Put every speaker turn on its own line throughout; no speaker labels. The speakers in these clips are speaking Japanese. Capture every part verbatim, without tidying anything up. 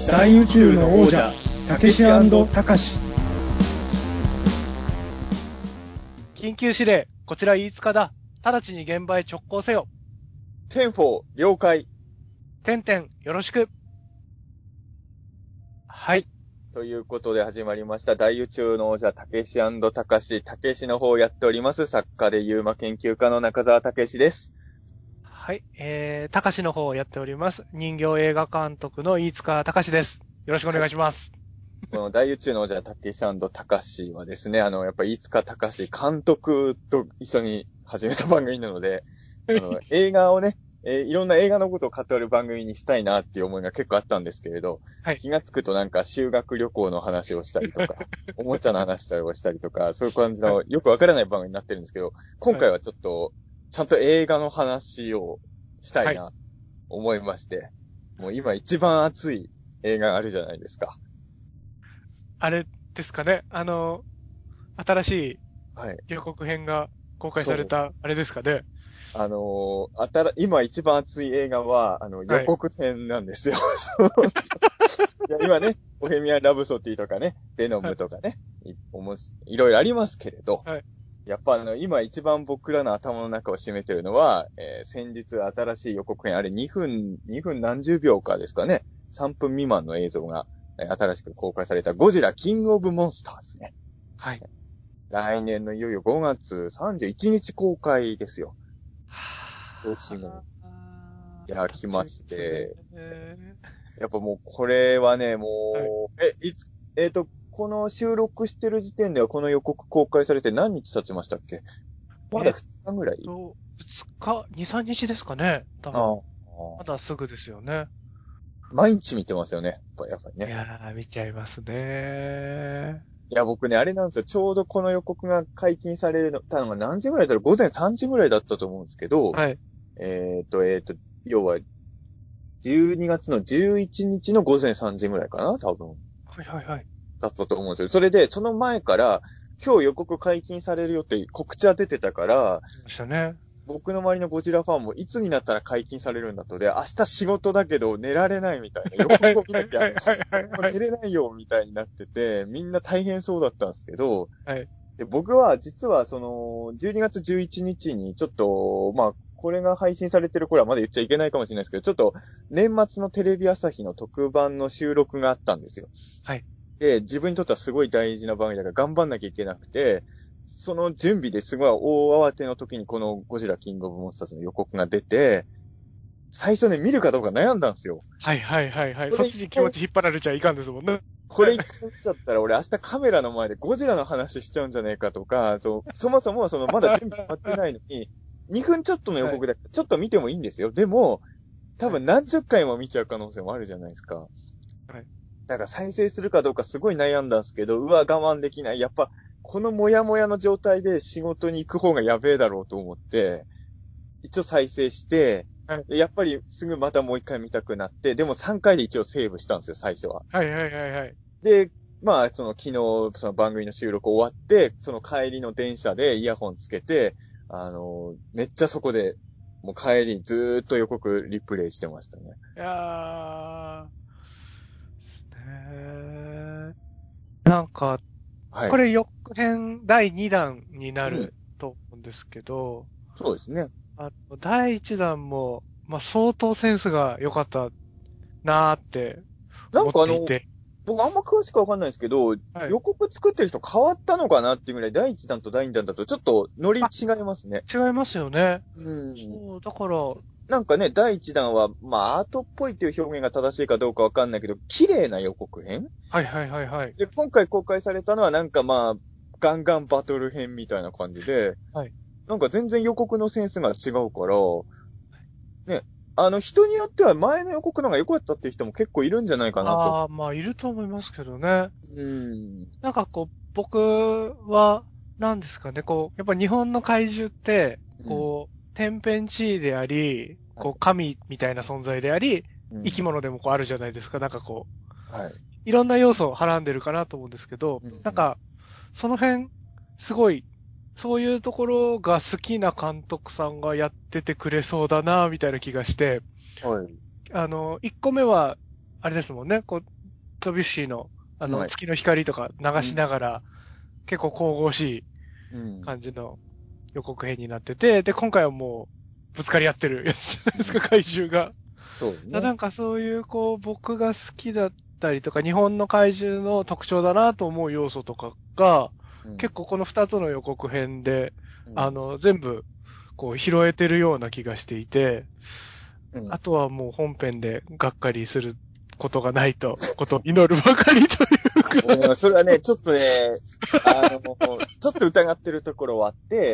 大宇宙の王者たけしたかし。
緊急指令、こちら飯塚だ。直ちに現場へ直行せよ。
テンフォー了解。
てんてんよろしく。はい。
ということで始まりました大宇宙の王者たけしたかし。たけしの方をやっております作家でユーマ研究家の中澤たけしです。
はい。えー、たかしの方をやっております人形映画監督の飯塚たかしです。よろしくお願いします。はい、
この大宇宙の王者たけしたかしはですね、あの、やっぱり飯塚たかし監督と一緒に始めた番組なので、あの、映画をね、えー、いろんな映画のことを語る番組にしたいなっていう思いが結構あったんですけれど、はい、気がつくとなんか修学旅行の話をしたりとか、おもちゃの話をしたりとか、そういう感じのよくわからない番組になってるんですけど、今回はちょっと、ちゃんと映画の話をしたいなと思いまして、はい、もう今一番熱い映画あるじゃないですか。
あれですかね、あの、新しい予告編が公開された、あれですかね。
あのー、あたら、今一番熱い映画は、あの、予告編なんですよ。はい、いや今ね、ボヘミアン・ラブソディとかね、ベノムとかね、はい、い, おもしいろいろありますけれど、はい、やっぱあの、今一番僕らの頭の中を占めてるのは、えー、先日新しい予告編、あれにふん、にふん何十秒かですかね、さんぷん未満の映像が、えー、新しく公開されたゴジラ・キング・オブ・モンスターですね。はい。来年のいよいよごがつさんじゅういちにち公開ですよ。今年も。いや、来まして。やっぱもう、これはね、もう、はい、え、いつ、えっ、ー、と、この収録してる時点ではこの予告公開されて何日経ちましたっけ？まだふつかぐらい？え
ー、ふつか、に、さんにちですかね。多分。ああ。まだすぐですよね。
毎日見てますよね。やっぱりね。
いやー、見ちゃいますね。
いや、僕ね、あれなんですよ。ちょうどこの予告が解禁されたのが何時ぐらいだろう？午前さんじぐらいだったと思うんですけど、はい。えっ、ー、と、えっ、ー、と、要は、じゅうにがつのじゅういちにちの午前さんじぐらいかな、多分。
はいはいはい。
だったと思うんですよ。それで、その前から、今日予告解禁されるよって告知は出てたから、
ましたね。
僕の周りのゴジラファンもいつになったら解禁されるんだとで、明日仕事だけど寝られないみたいな、予告を見なきゃ、もう寝れないよみたいになってて、みんな大変そうだったんですけど、はい、で僕は実はその、じゅうにがつじゅういちにちにちょっと、まあ、これが配信されてる頃はまだ言っちゃいけないかもしれないですけど、ちょっと年末のテレビ朝日の特番の収録があったんですよ。はい。で、自分にとってはすごい大事な番組だから頑張んなきゃいけなくて、その準備ですごい大慌ての時にこのゴジラキングオブモンスターズの予告が出て、最初ね、見るかどうか悩んだんですよ。
はいはいはいはい。そっちに気持ち引っ張られちゃいかんですもんね。
これ一回見ちゃったら俺明日カメラの前でゴジラの話しちゃうんじゃねえかとか、そう、そもそもそのまだ準備終わってないのに、にふんちょっとの予告だからちょっと見てもいいんですよ。でも、多分何十回も見ちゃう可能性もあるじゃないですか。はい。だから再生するかどうかすごい悩んだんですけど、うわ、我慢できない。やっぱ、このモヤモヤの状態で仕事に行く方がやべえだろうと思って、一応再生して、はい、やっぱりすぐまたもう一回見たくなって、でもさんかいで一応セーブしたんですよ、最初は。
はいはいはいはい。
で、まあ、その昨日、その番組の収録終わって、その帰りの電車でイヤホンつけて、あの、めっちゃそこで、もう帰りずーっと予告リプレイしてましたね。
いやー、ですね。なんか、はい、これ予告編だいにだんになると思うんですけど、うん、
そうですね。
あのだいいちだんも、まあ、相当センスが良かったなーって思っていて。
僕あんま詳しくわかんないですけど、はい、予告作ってる人変わったのかなっていうぐらい、だいいちだんとだいにだんだとちょっとノリ違いますね。
違いますよね。
うん。
そう、だから。
なんかね、だいいちだんは、まあアートっぽいっていう表現が正しいかどうかわかんないけど、綺麗な予告編？
はいはいはいはい。で、
今回公開されたのはなんかまあ、ガンガンバトル編みたいな感じで、はい。なんか全然予告のセンスが違うから、ね、あの、人によっては前の予告の方が良かったっていう人も結構いるんじゃないかなと。
ああ、まあ、いると思いますけどね。
うん。
なんかこう、僕は、なんですかね、こう、やっぱ日本の怪獣って、こう、天変地異であり、こう、神みたいな存在であり、うん、生き物でもこうあるじゃないですか。なんかこう、はい。いろんな要素をはらんでるかなと思うんですけど、うん、なんか、その辺、すごい、そういうところが好きな監督さんがやっててくれそうだな、みたいな気がして、はい。あの、いっこめは、 あれですもんね、こう、ドビュッシーの、あの、
はい、
月の光とか流しながら、うん、結構神々しい
うん、
感じの予告編になってて、で、今回はもう、ぶつかり合ってるやつじゃないですか、怪獣が。
そうですね。
なんかそういう、こう、僕が好きだったりとか、日本の怪獣の特徴だなと思う要素とかが、
うん、
結構この二つの予告編で、
うん、
あの、全部、こう、拾えてるような気がしていて、
うん。
あとはもう本編でがっかりすることがないと、ことを祈るばかりというか。
うん、それはね、ちょっとね、あの、ちょっと疑ってるところはあって、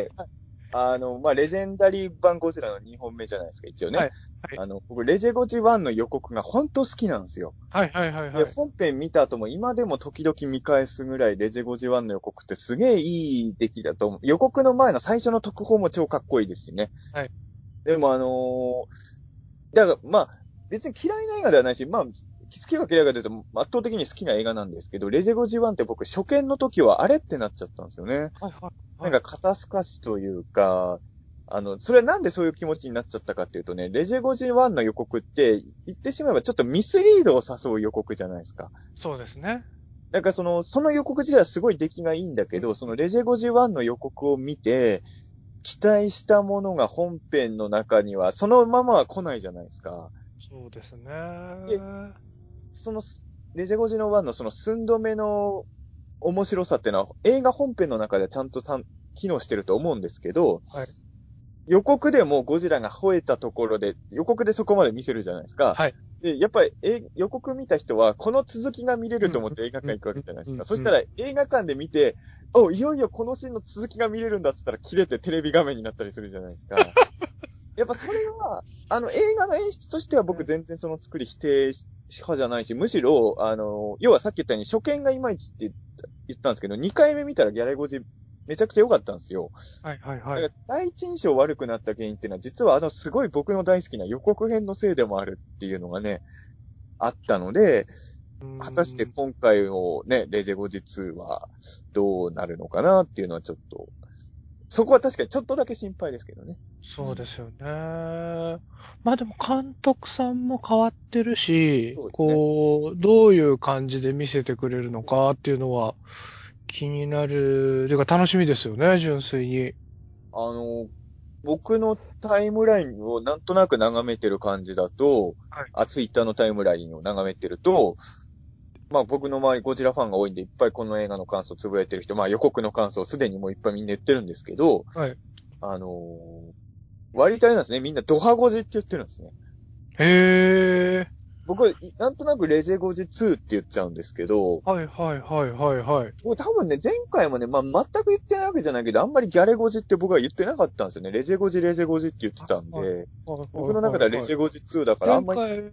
あの、まあ、レジェンダリー版ゴジラのにほんめじゃないですか、一応ね。
はい。はい。
あの、僕、レジェゴジワンの予告が本当好きなんですよ。
はいはいはい
で、
はい。
本編見た後も今でも時々見返すぐらいレジェゴジワンの予告ってすげえいい出来だと思う。予告の前の最初の特報も超かっこいいですしね。
はい。
でもあのーだからまあ、別に嫌いな映画ではないし、まあ、好きか嫌いかというと圧倒的に好きな映画なんですけど、レジェゴジワンって僕初見の時はあれってなっちゃったんですよね。
はいはいはい。
なんか肩透かしというか、あの、それはなんでそういう気持ちになっちゃったかっていうとね、レジェゴジワンの予告って、言ってしまえばちょっとミスリードを誘う予告じゃないですか。
そうですね。
なんかその、その予告自体はすごい出来がいいんだけど、そのレジェゴジワンの予告を見て、期待したものが本編の中には、そのままは来ないじゃないですか。
そうですね。
で、その、レジェゴジのワンのその寸止めの面白さっていうのは、映画本編の中ではちゃんとたん機能してると思うんですけど、
はい。
予告でもゴジラが吠えたところで、予告でそこまで見せるじゃないですか。
はい。
で、やっぱりえ予告見た人は、この続きが見れると思って映画館行くわけじゃないですか。そしたら映画館で見て、お、いよいよこのシーンの続きが見れるんだっつったら切れてテレビ画面になったりするじゃないですか。やっぱそれは、あの映画の演出としては僕全然その作り否定派じゃないし、むしろ、あの、要はさっき言ったように初見がいまいちって言ったんですけど、にかいめ見たらギャレゴジめちゃくちゃ良かったんですよ。
はいはいはい。
だから第一印象悪くなった原因っていうのは、実はあのすごい僕の大好きな予告編のせいでもあるっていうのがね、あったので、
うー
果たして
ん。
今回のね、レジェゴジツーはどうなるのかなっていうのはちょっと、そこは確かにちょっとだけ心配ですけどね。
そうですよね。まあでも監督さんも変わってるし、
そうですね。
こう、どういう感じで見せてくれるのかっていうのは気になる、ていうか楽しみですよね、純粋に。
あの、僕のタイムラインをなんとなく眺めてる感じだと、
はい。
あ、ツイッターのタイムラインを眺めてると、まあ僕の周りゴジラファンが多いんでいっぱいこの映画の感想つぶやいてる人、まあ予告の感想すでにもういっぱいみんな言ってるんですけど、
はい。
あのー割とあれなんですね。みんなドハゴジって言ってるんですね。
へえ。
僕、いなんとなくレジェゴジツーって言っちゃうんですけど、
はいはいはいはいはい。
僕多分ね、前回もね、まあ全く言ってないわけじゃないけど、あんまりギャレゴジって僕は言ってなかったんですよね。レジェゴジ、レジェゴジって言ってたん
はい
で、
はい
僕の中ではレ
はいはい。
ジェゴジツーだからあんまり、
前回、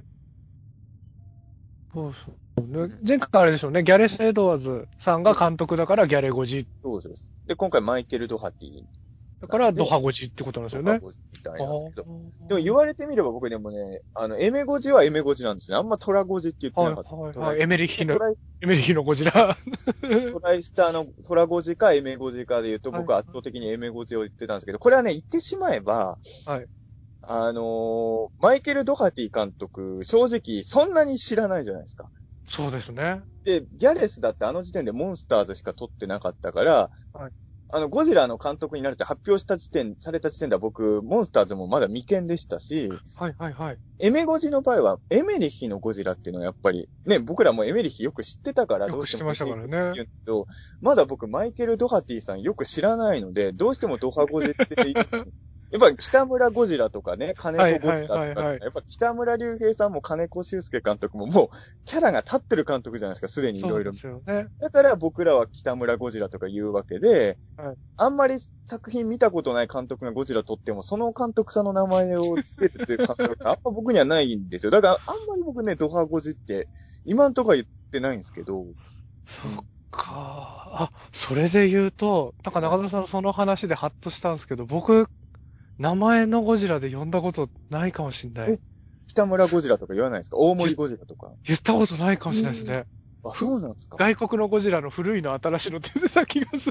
そうそうね。
うん、
前回あれでしょうね。ギャレス・エドワーズさんが監督だからギャレゴジ。
そうです。で、今回マイケル・ドハティ
だからド
なんで、
ハゴジってことなんですよね。
ドハゴジみたい
あ
なんですけど、でも
あ。
言われてみれば僕でもね、あの、エメゴジはエメゴジなんですね。あんまトラゴジって言って
はい
なかった。トラ、
はいはい。エメリヒの、
トライ、
エメリヒのゴジラ。
トライスターのトラゴジかエメゴジかで言うと
はい
僕は圧倒的にエメゴジを言ってたんですけど、これはね、言ってしまえば、
はい。
あのーマイケル・ドハティ監督、正直そんなに知らないじゃないですか。
そうですね。
で、ギャレスだってあの時点でモンスターズしか撮ってなかったから、
はい。
あの、ゴジラの監督になるって発表した時点、された時点では僕、モンスターズもまだ未見でしたし、
はいはいはい。
エメゴジの場合は、エメリヒのゴジラっていうのはやっぱり、ね、僕らもエメリヒよく知ってたから、どうしても
よく知ってましたからね。
リメイクって言うんだけど、まだ僕、マイケル・ドハティさんよく知らないので、どうしてもドハゴジって言う。やっぱ北村ゴジラとかね、金子ゴ
はいはい
ジラとか、
はいはい。
やっぱ北村隆平さんも金子修介監督ももう、キャラが立ってる監督じゃないですか、すでにいろいろ。
そうですよね。
だから僕らは北村ゴジラとか言うわけで、
はい。
あんまり作品見たことない監督がゴジラ撮っても、その監督さんの名前をつけるっていう感覚があんま僕にはないんですよ。だから、あんまり僕ね、ドハゴジって、今んとこは言ってないんですけど、
そっ
うん。
か。あ、それで言うと、なんか
はい。
中田さんその話でハッとしたんですけど、僕、名前のゴジラで呼んだことないかもしんない。
え、北村ゴジラとか言わないですか？大森ゴジラとか。
言ったことないかもしれないです
ええ、
ね。
あ、
ふ、
そうなんですか。
外国のゴジラの古いの新しいのって出てた気がする。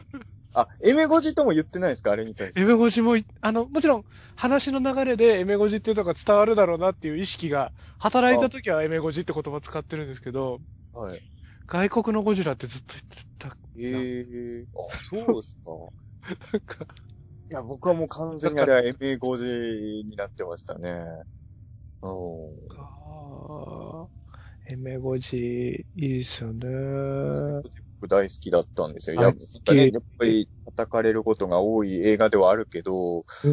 あ、エメゴジとも言ってないですかあれに対して。
エメゴジも、あの、もちろん、話の流れでエメゴジっていうのが伝わるだろうなっていう意識が、働いた時はエメゴジって言葉使ってるんですけど、
はい。
外国のゴジラってずっと言ってた。
ええー、あ、そうですか。
なんか、
いや、僕はもう完全にあれはエメゴジになってましたね。うん。
あーエメゴジ、いいですよね。
僕大好きだったんですよ。いや、
大好
なんかね、
き。
やっぱり叩かれることが多い映画ではあるけど、
うん。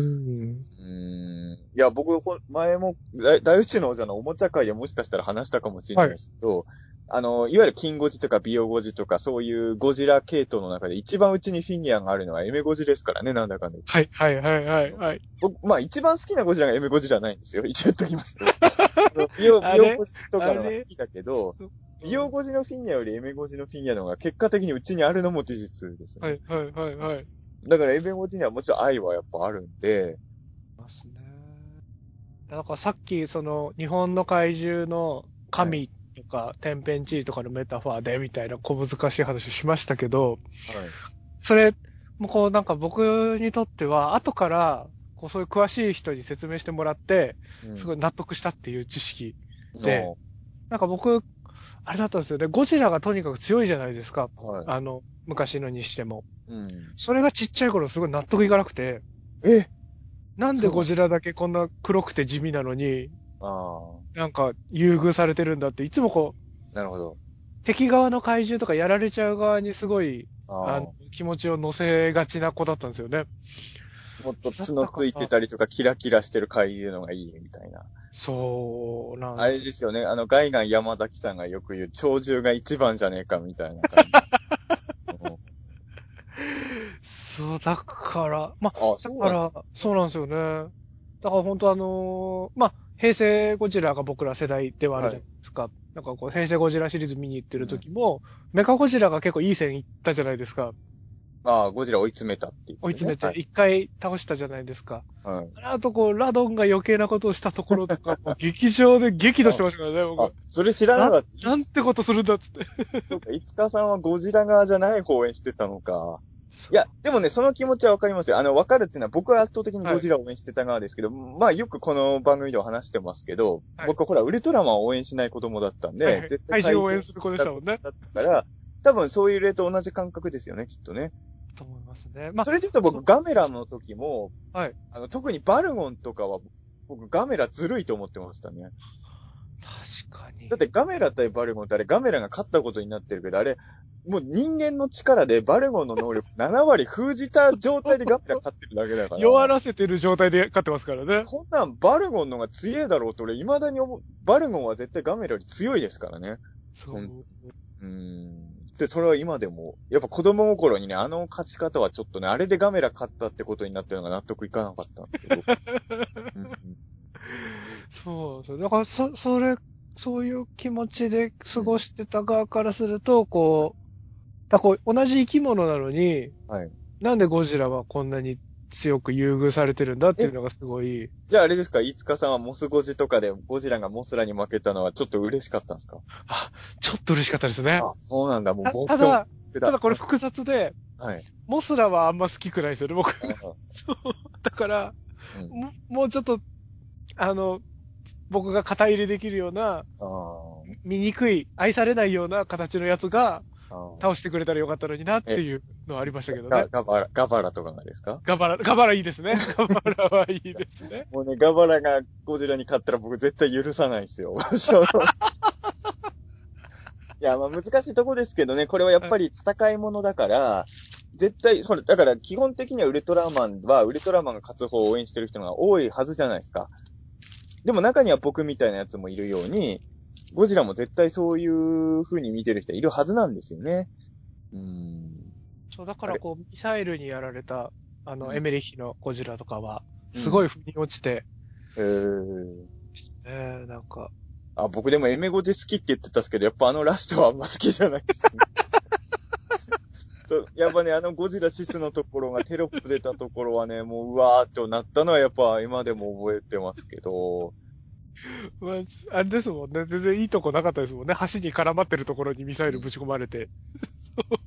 うーん。いや、僕、ほん前も、大大宇宙の王者のおもちゃ会でもしかしたら話したかもしれない
はい。
ですけど、あの、いわゆる金ゴジとかビオゴジとかそういうゴジラ系統の中で一番うちにフィギュアがあるのはエメゴジですからね、なんだかんだ言って。
はい、はい、はい、はい、はい。
僕、まあ一番好きなゴジラがエメゴジラないんですよ。一応言っときますと。ビオ、ビオ
あれ
ゴジとかのが好
あれ
きだけど、
うん
ビオゴジのフィギュアよりエメゴジのフィギュアの方が結果的にうちにあるのも事実ですよね。
はい、はい、はい、はい。
だからエメゴジにはもちろん愛はやっぱあるんで、
ますね。なんかさっき、その、日本の怪獣の
はい、
神とか、天変地異とかのメタファーで、みたいな小難しい話しましたけど、
はい。
それ、もうこう、なんか僕にとっては、後から、こう、そういう詳しい人に説明してもらって、
うん。
すごい納得したっていう知識で、
の、
なんか僕、あれだったんですよね。ゴジラがとにかく強いじゃないですか。
はい。
あの、昔のにしても。
うん。
それがちっちゃい頃すごい納得いかなくて、
え、
なんで
そうなの？
ゴジラだけこんな黒くて地味なのに、
ああ、
なんか優遇されてるんだって、いつもこう、
なるほど。
敵側の怪獣とかやられちゃう側にすごい、あの、
ああ、
気持ちを乗せがちな子だったんですよね。
もっと
だっ
角ついて
たから、
たりとかキラキラしてる怪獣のがいいみたいな。
そうなん
あ
ですよ。
れですよね。あの、ガイガン山崎さんがよく言う、鳥獣が一番じゃねえかみたいな感じ。うん、
そう、だから、まあ、
ああ、
だから、
そうなんです。
そうなんですよね。だから本当あのーまあ、平成ゴジラが僕ら世代ではあるじゃな
はい。
いですか。なんかこう、平成ゴジラシリーズ見に行ってる
うん。
時も、メカゴジラが結構いい線いったじゃないですか。
ああ、ゴジラ追い詰めたっていうことね。
追い詰めて、
はい。
一回倒したじゃないですか。
はい。
あとこう、ラドンが余計なことをしたところとか、もう劇場で激怒し
あ、
てましたからね、
あ、
僕。
それ知らな
な、
かった。い、
なんてことするんだっつって。
そうか、いつかさんはゴジラ側じゃない方を応援してたのか。いや、
そう。
でもね、その気持ちはわかりますよ。あの、わかるっていうのは、僕は圧倒的にゴ
はい。
ジラを応援してた側ですけど、まあ、よくこの番組では話してますけど、
はい。
僕はほら、ウルトラマンを応援しない子供だったんで、
はいはい。
絶対
怪獣を応
怪獣
援する子でし
だ
たもんね。
だったから、多分そういう例と同じ感覚ですよね、きっとね。
と思いますね。まあ、
それで言うと僕、
そう。
ガメラの時も、
はい。
あの、特にバルゴンとかは、僕、ガメラずるいと思ってましたね。
確かに。
だってガメラ対バルゴンってあれ、ガメラが勝ったことになってるけど、あれ、もう人間の力でバルゴンの能力なな割封じた状態でガメラ勝ってるだけだから、
弱らせてる状態で勝ってますからね。
こんなんバルゴンの方が強いだろうと俺未だに思う。バルゴンは絶対ガメラより強いですからね。ほん、う
そう。
ーん。で、それは今でも、やっぱ子供心にね、あの勝ち方はちょっとね、あれでガメラ勝ったってことになってるのが納得いかなかったんですけど。うん、
そうそう。だから、そ、それ、そういう気持ちで過
うん。
ごしてた側からすると、こう、だからこう同じ生き物なのに、
はい。
なんでゴジラはこんなに強く優遇されてるんだってい
え、
うのがすごい、
じゃああれですか、いつかさんはモスゴジとかでゴジラがモスラに負けたのはちょっと嬉しかったんですか？
あ、ちょっと嬉しかったですね。
あ、そうなんだ。もう
た、た
僕も
だ、た
だ。
だこれ複雑で、
はい。
モスラはあんま好きくないですよね、僕。
あ
そう。だから、
うん。
も、もうちょっと、あの、僕が肩入れできるような、
あー
醜い、愛されないような形のやつが
あー。
倒してくれたらよかったのになって
え、
いうのはありましたけど
ガ、
ね。
ガバラ、ガバラとかがですか？
ガバラ、ガバラいいですね。ガバラはいいですね。
もうね、ガバラがゴジラに勝ったら僕絶対許さないですよ。そういや、まあ難しいとこですけどね、これはやっ
はい
ぱり戦い物だから、絶対、それ、だから基本的にはウルトラマンは、ウルトラマンが勝つ方を応援してる人が多いはずじゃないですか。でも中には僕みたいなやつもいるように、ゴジラも絶対そういう風に見てる人いるはずなんですよね。うーん。
そう、だか
あれ
らこう、ミサイルにやられた、あの、エ
うん。
メリッヒのゴジラとかは、
うん。
すごい腑に落ちて、
えー。
えー、なんか、
あ、僕でもエメゴジ好きって言ってたんですけど、やっぱあのラストはあんま好きじゃないですね。そう、やっぱね、あのゴジラシスのところがテロップ出たところはね、もううわーってなったのはやっぱ今でも覚えてますけど、
まあ、あれですもんね。全然いいとこなかったですもんね。橋に絡まってるところにミサイル
うん。
ぶち込まれて。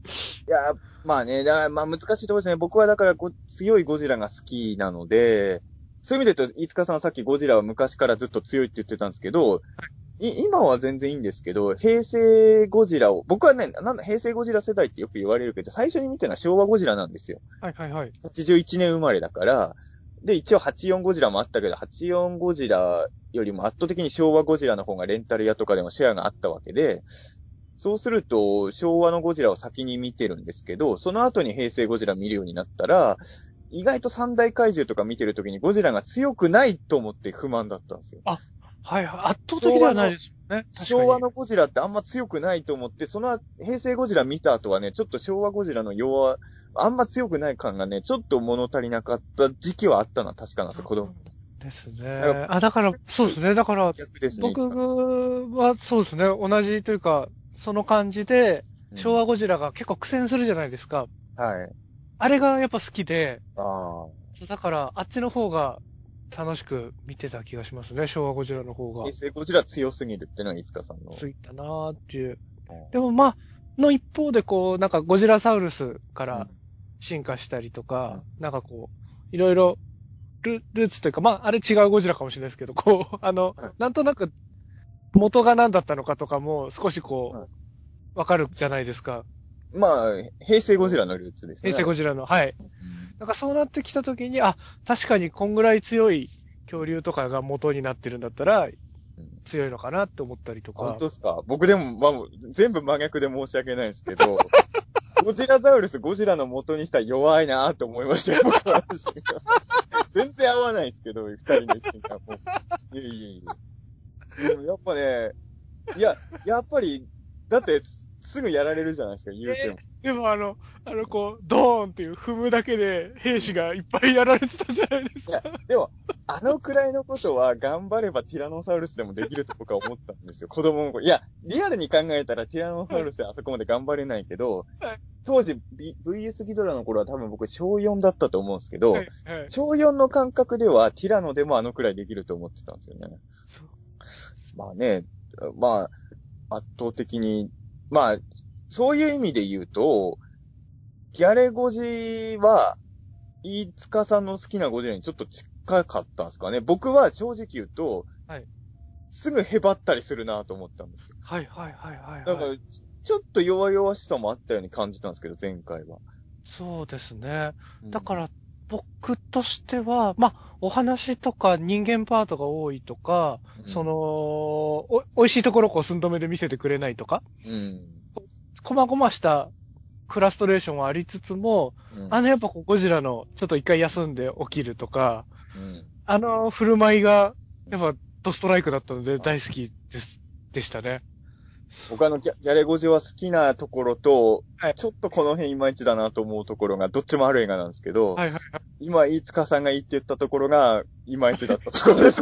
いや、まあね、だからまあ難しいところですね。僕はだからご強いゴジラが好きなので、そういう意味で言うと、飯塚さんはさっきゴジラは昔からずっと強いって言ってたんですけど、い今は全然いいんですけど、平成ゴジラを、僕はね、なんだ、平成ゴジラ世代ってよく言われるけど、最初に見たのは昭和ゴジラなんですよ。
はいはいはい。
はちじゅういちねん生まれだから、で、一応はちじゅうよんゴジラもあったけど、はちじゅうよんゴジラよりも圧倒的に昭和ゴジラの方がレンタル屋とかでもシェアがあったわけで、そうすると、昭和のゴジラを先に見てるんですけど、その後に平成ゴジラ見るようになったら、意外と三大怪獣とか見てるときにゴジラが強くないと思って不満だったんですよ。
あ、はいはい。圧倒的ではないですよね。
昭和のゴジラってあんま強くないと思って、その平成ゴジラ見た後はね、ちょっと昭和ゴジラの弱、あんま強くない感がね、ちょっと物足りなかった時期はあったのは確かなんですよ、子供。
ですね。あ、だから、そうですね。だから、
逆ですね。
僕はそうですね。同じというか、その感じで、昭和ゴジラが結構苦戦するじゃないですか。
はい。
あれがやっぱ好きで、
ああ。
だから、あっちの方が楽しく見てた気がしますね。昭和ゴジラの方が。
平成ゴジラ強すぎるってのは、いつかさんの。
ついたなーっていう。
うん
でもまあ、の一方でこう、なんかゴジラサウルスから
うん
進化したりとか、
う
なんかこう、いろいろル、ルーツというか、まあ、あれ違うゴジラかもしれないですけど、こう、あの
はい、
なんとなく元が何だったのかとかも少しこ
はい
う、わかるじゃないですか。
まあ、平成ゴジラのルーツですよ
平
ね、あれ。
成ゴジラの。はい。
うん
なんかそうなってきたときに、あ、確かにこんぐらい強い恐竜とかが元になってるんだったら、
うん
強いのかなって思ったりとか。
本当ですか？僕でも、まあ、全部真逆で申し訳ないんですけど、ゴジラザウルス、ゴジラの元にしたら弱いなと思いましたよ、僕は。全然合わないですけど、二人の意見がもう。いえいえいえ。でもやっぱね、いや、やっぱり、だってす、すぐやられるじゃないですか、言うても。
でもあの、あのこう、ドーンっていう踏むだけで兵士がいっぱいやられてたじゃないです
いや、
か。
でも、あのくらいのことは頑張ればティラノサウルスでもできると僕は思ったんですよ。子供の頃。いや、リアルに考えたらティラノサウルスであそこまで頑張れないけど、
はい、
当時、B、ブイエス ギドラの頃は多分僕小よんだったと思うんですけど、
はい、はい。
小よんの感覚ではティラノでもあのくらいできると思ってたんですよね。
そう。
まあね、まあ、圧倒的に、まあ、そういう意味で言うと、ギャレゴジは、飯塚さんの好きなゴジラにちょっと近かったんですかね。僕は正直言うと、
はい。
すぐへばったりするなと思ったんですよ。
はい、はい、はい、はい、
だから、
はい。
ちちょっと弱々しさもあったように感じたんですけど、前回は。
そうですね。
うん。
だから、僕としては、まあ、お話とか人間パートが多いとか、その、
うん。
お、美味しいところをこう寸止めで見せてくれないとか、
うん。
こまごましたフラストレーションはありつつも、
うん。
あのやっぱこうゴジラのちょっと一回休んで起きるとか、
うん。
あの振る舞いが
うん
やっぱドストライクだったので
あ
大好きです、でしたね。
僕あのギャ、ギャレゴジは好きなところと、
はい。
ちょっとこの辺いまいちだなと思うところが、どっちもある映画なんですけど、
はいはいはい。
今、飯塚さんが言って言ったところが、いまいちだったところです。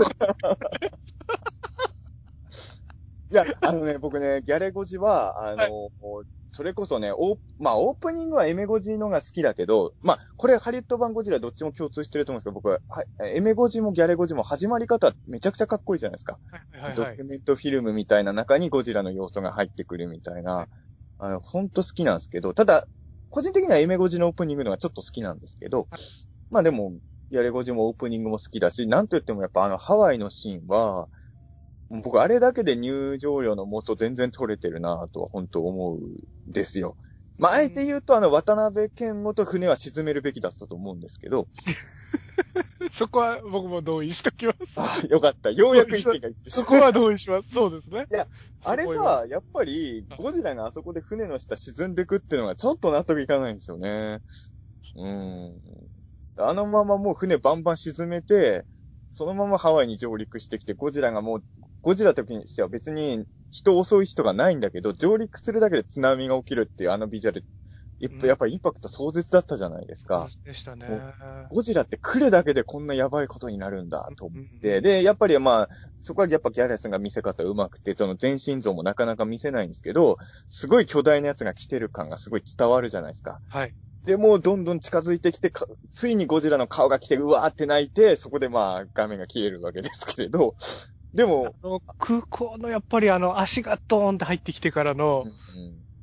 いや、あのね、僕ね、ギャレゴジは、あ
はい。
の、それこそね、オーまあ、オープニングはエメゴジのが好きだけど、まあ、これハリウッド版ゴジラどっちも共通してると思うんですけど、僕は、はい、エメゴジもギャレゴジも始まり方めちゃくちゃかっこいいじゃないですか。
はいはいはい。
ドキュメントフィルムみたいな中にゴジラの要素が入ってくるみたいな、あの、ほんと好きなんですけど、ただ、個人的にはエメゴジのオープニングのがちょっと好きなんですけど、まあでも、ギャレゴジもオープニングも好きだし、なんと言ってもやっぱあのハワイのシーンは、僕、あれだけで入場料の元全然取れてるなぁとは本当思うんですよ。まあ、あえて言うと、あの、渡辺健元船は沈めるべきだったと思うんですけど、
うん、そこは僕も同意しときます。
ああ、よかった。ようやく意見が一致した。
そこは同意します。そうですね。
いや、あ
そこを言われ
れさ、やっぱり、ゴジラがあそこで船の下沈んでくっていうのがちょっと納得いかないんですよね。うーん。あのままもう船バンバン沈めて、そのままハワイに上陸してきて、ゴジラがもう、ゴジラ時にしては別に人を襲う人がないんだけど、上陸するだけで津波が起きるっていうあのビジュアル、やっぱやっぱインパクト壮絶だったじゃないですか。
でしたね。
もうゴジラって来るだけでこんなやばいことになるんだと思
うん
って。
うん、
で、やっぱりまあ、そこはやっぱギャレスが見せ方上手くて、その全身像もなかなか見せないんですけど、すごい巨大なやつが来てる感がすごい伝わるじゃないですか。
はい。
で、もうどんどん近づいてきて、ついにゴジラの顔が来て、うわーって泣いて、そこでまあ画面が消えるわけですけれど、でも、
あの、空港のやっぱりあの足がドーンって入ってきてからの、
うん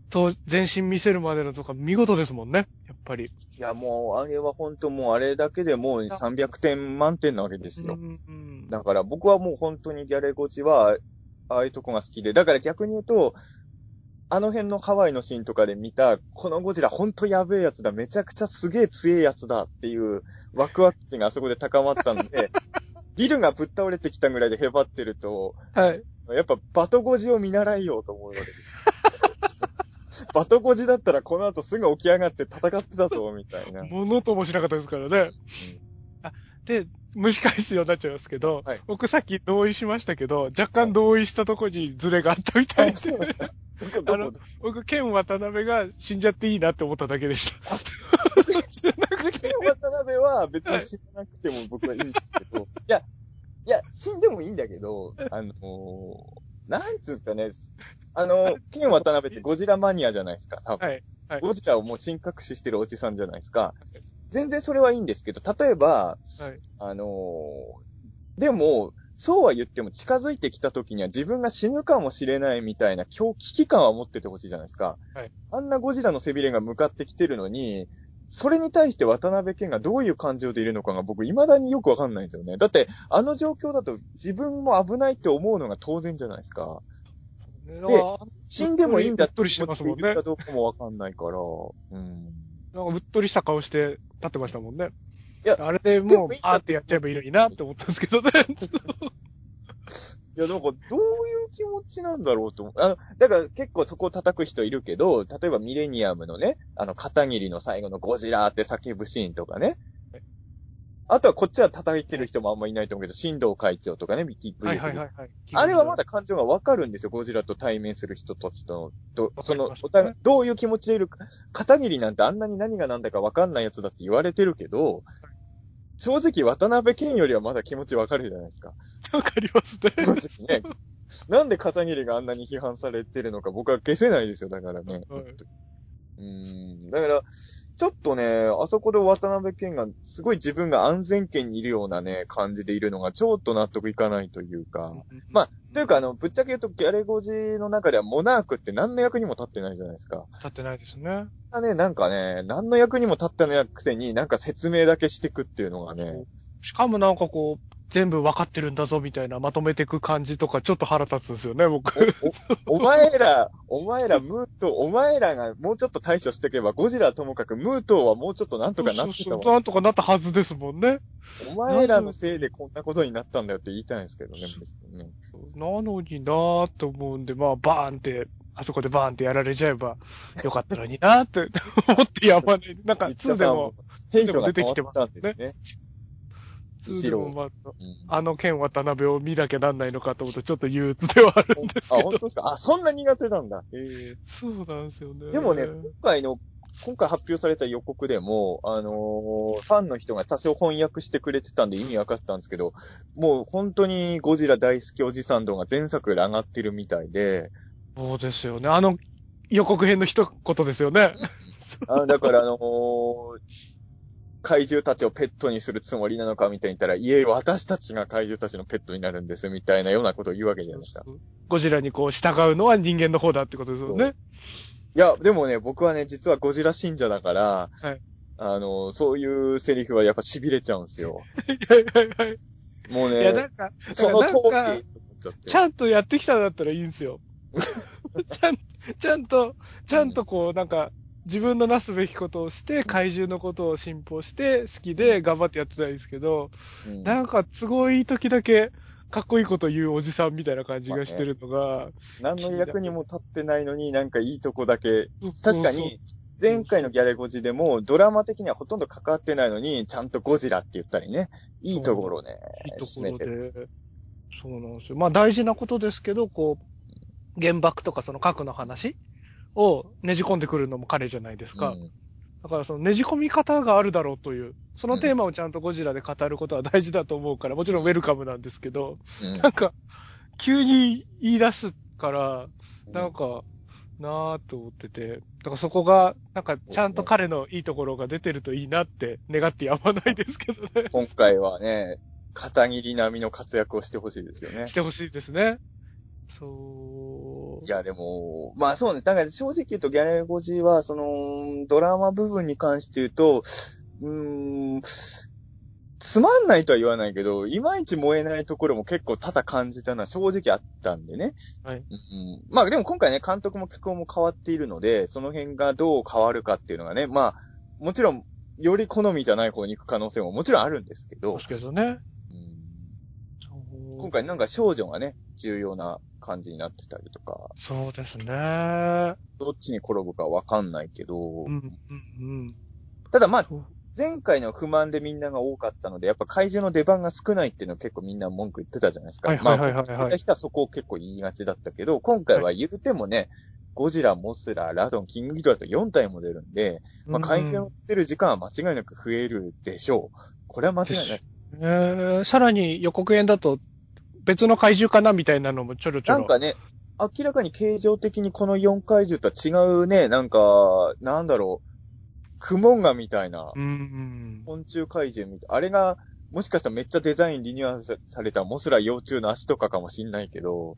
と、全身見せるまでのとか見事ですもんね。やっぱり。
いや、もう、あれは本当もう、あれだけでもうさんびゃくてん満点なわけですよ。
うんうん、
だから僕はもう本当にギャレゴチは、ああいうとこが好きで、だから逆に言うと、あの辺のハワイのシーンとかで見た、このゴジラほんとやべえやつだ、めちゃくちゃすげえ強えやつだっていうワクワク感があそこで高まったので、ビルがぶっ倒れてきたぐらいでへばってると、
はい。
やっぱバトゴジを見習いようと思うわけです。バトゴジだったらこの後すぐ起き上がって戦ってたぞ、みたいな。
ものともしなかったですからね。うん、あで、蒸し返すようになっちゃいますけど、はい、僕さっき同意しましたけど、若干同意したとこにズレがあったみたいで、あの、僕、ケン渡辺が死んじゃっていいなって思っただけでした。
ケン渡辺は別に死ななくても僕はいいんですけど、はい、いや、いや、死んでもいいんだけど、あのー、なんつうんですかね、あの、ケン渡辺ってゴジラマニアじゃないですか、多分。はいはい、ゴジラをもう神隠ししてるおじさんじゃないですか。はい、全然それはいいんですけど、例えば、はい、あのー、でも、そうは言っても近づいてきた時には自分が死ぬかもしれないみたいな今日危機感は持っててほしいじゃないですか。はい、あんなゴジラの背びれが向かってきてるのに、それに対して渡辺謙がどういう感情でいるのかが僕未だによくわかんないんですよね。だって、あの状況だと自分も危ないって思うのが当然じゃないですか。で、死んでもいいんだって思っているかどうかもわかんないから、うん。
なんかうっとりした顔して立ってましたもんね。いや、あれでもう、あーってやっちゃえばいいのになって思ったんですけどね。
いや、なんか、どういう気持ちなんだろうと思う。あの、だから結構そこを叩く人いるけど、例えばミレニアムのね、あの、片桐の最後のゴジラーって叫ぶシーンとかね。あとはこっちは叩いてる人もあんまいないと思うけど、新藤会長とかね、ビキブイエス。はいはいはい、はい。あれはまだ感情がわかるんですよ、ゴジラと対面する人たちと、と、その、お互い、どういう気持ちでいるか。片桐なんてあんなに何が何だかわかんないやつだって言われてるけど、正直渡辺謙よりはまだ気持ちわかるじゃないですか。
わかりますね。
マジね。なんで片桐があんなに批判されてるのか僕は消せないですよ、だからね。はい、うーん。だから、ちょっとね、あそこで渡辺謙がすごい自分が安全圏にいるようなね、感じでいるのがちょっと納得いかないというか。まあ、というかあの、ぶっちゃけ言うとギャレゴジの中ではモナークって何の役にも立ってないじゃないですか。
立ってないですね。
ね、なんかね、何の役にも立ってないくせになんか説明だけしてくっていうのがね。
しかもなんかこう、全部分かってるんだぞみたいなまとめていく感じとかちょっと腹立つんですよね、僕。
お、お、お前ら、お前ら、ムート、お前らがもうちょっと対処していけば、ゴジラはともかく、ムートはもうちょっとなんとかなってたもん。
そうそう、なんとかなったはずですもんね。
お前らのせいでこんなことになったんだよって言いたいんですけどね。ね
なのになぁと思うんで、まあ、バーンって、あそこでバーンってやられちゃえばよかったのになぁって思ってやまない。なんか、にでも、
ヘイトが出てきてますね。ね
にでも、まあ、うん、あの剣渡辺を見なきゃなんないのかと思うとちょっと憂鬱ではあるんですけど。
あ、本当ですか。あ、そんな苦手なんだ。へ
え。そうなんですよね。
でもね、今回の、今回発表された予告でも、あのー、ファンの人が多少翻訳してくれてたんで意味わかったんですけど、もう本当にゴジラ大好きおじさん度が前作より上がってるみたいで。
そうですよね。あの予告編の一言ですよね。
あだからあのー、怪獣たちをペットにするつもりなのかみたいに言ったら、いえ、私たちが怪獣たちのペットになるんですみたいなようなことを言うわけじゃないですか。
ゴジラにこう従うのは人間の方だってことですよね。
いや、でもね、僕はね、実はゴジラ信者だから、はい、あの、そういうセリフはやっぱ痺れちゃうんですよ。
はいはいはい。
もうね、
いや、なんか、
その通り
ちゃんとやってきたんだったらいいんですよ。ちゃん、ちゃんと、ちゃんとこう、なんか、自分のなすべきことをして、怪獣のことを信奉して、好きで頑張ってやってたんですけど、うん、なんか都合いい時だけ、かっこいいこと言うおじさんみたいな感じがしてるのが、まあね、
何の役にも立ってないのになんかいいとこだけ、確かに、前回のギャレゴジでもドラマ的にはほとんど関わってないのに、ちゃんとゴジラって言ったりね、いいところね、
いいところで、そうなんですよ。まあ大事なことですけど、こう、原爆とかその核の話をねじ込んでくるのも彼じゃないですか。うん、だからそのねじ込み方があるだろうという、そのテーマをちゃんとゴジラで語ることは大事だと思うから、もちろんウェルカムなんですけど、うん、なんか、急に言い出すから、なんか、なぁと思ってて、だからそこが、なんかちゃんと彼のいいところが出てるといいなって願ってやまないですけどね。
今回はね、片桐並みの活躍をしてほしいですよね。
してほしいですね。 そう。
いや、でも、まあそうね。だから正直言うとギャレゴジは、その、ドラマ部分に関して言うと、うーん、つまんないとは言わないけど、いまいち燃えないところも結構多々感じたのは正直あったんでね。
はい。
うん、まあでも今回ね、監督も脚本も変わっているので、その辺がどう変わるかっていうのがね、まあ、もちろん、より好みじゃない方に行く可能性ももちろんあるんですけど、
ですけどね。
うん、
そう
今回なんか少女がね、重要な感じになってたりとか、
そうですね。うん
どっちに転ぶかわかんないけど、
うんうん。
ただまあ、
そう。
前回の不満でみんなが多かったので、やっぱ怪獣の出番が少ないっていうのは結構みんな文句言ってたじゃないですか。
はいはいはいはい
まあ、
はい。
言った人はそこを結構言いがちだったけど、今回は言うてもね、ゴジラ、モスラ、ラドン、キングギドラとよん体も出るんで、まあ、怪獣を捨てる時間は間違いなく増えるでしょう。これは間違いない。
えー、さらに予告編だと別の怪獣かなみたいなのもちょろちょろ。
なんかね、明らかに形状的にこのよん怪獣とは違うね、なんか、なんだろう、クモンガみたいな、
うん。
昆虫怪獣みたい。あれが、もしかしたらめっちゃデザインリニューアルされたモスラ幼虫の足とかかもしんないけど、うん、い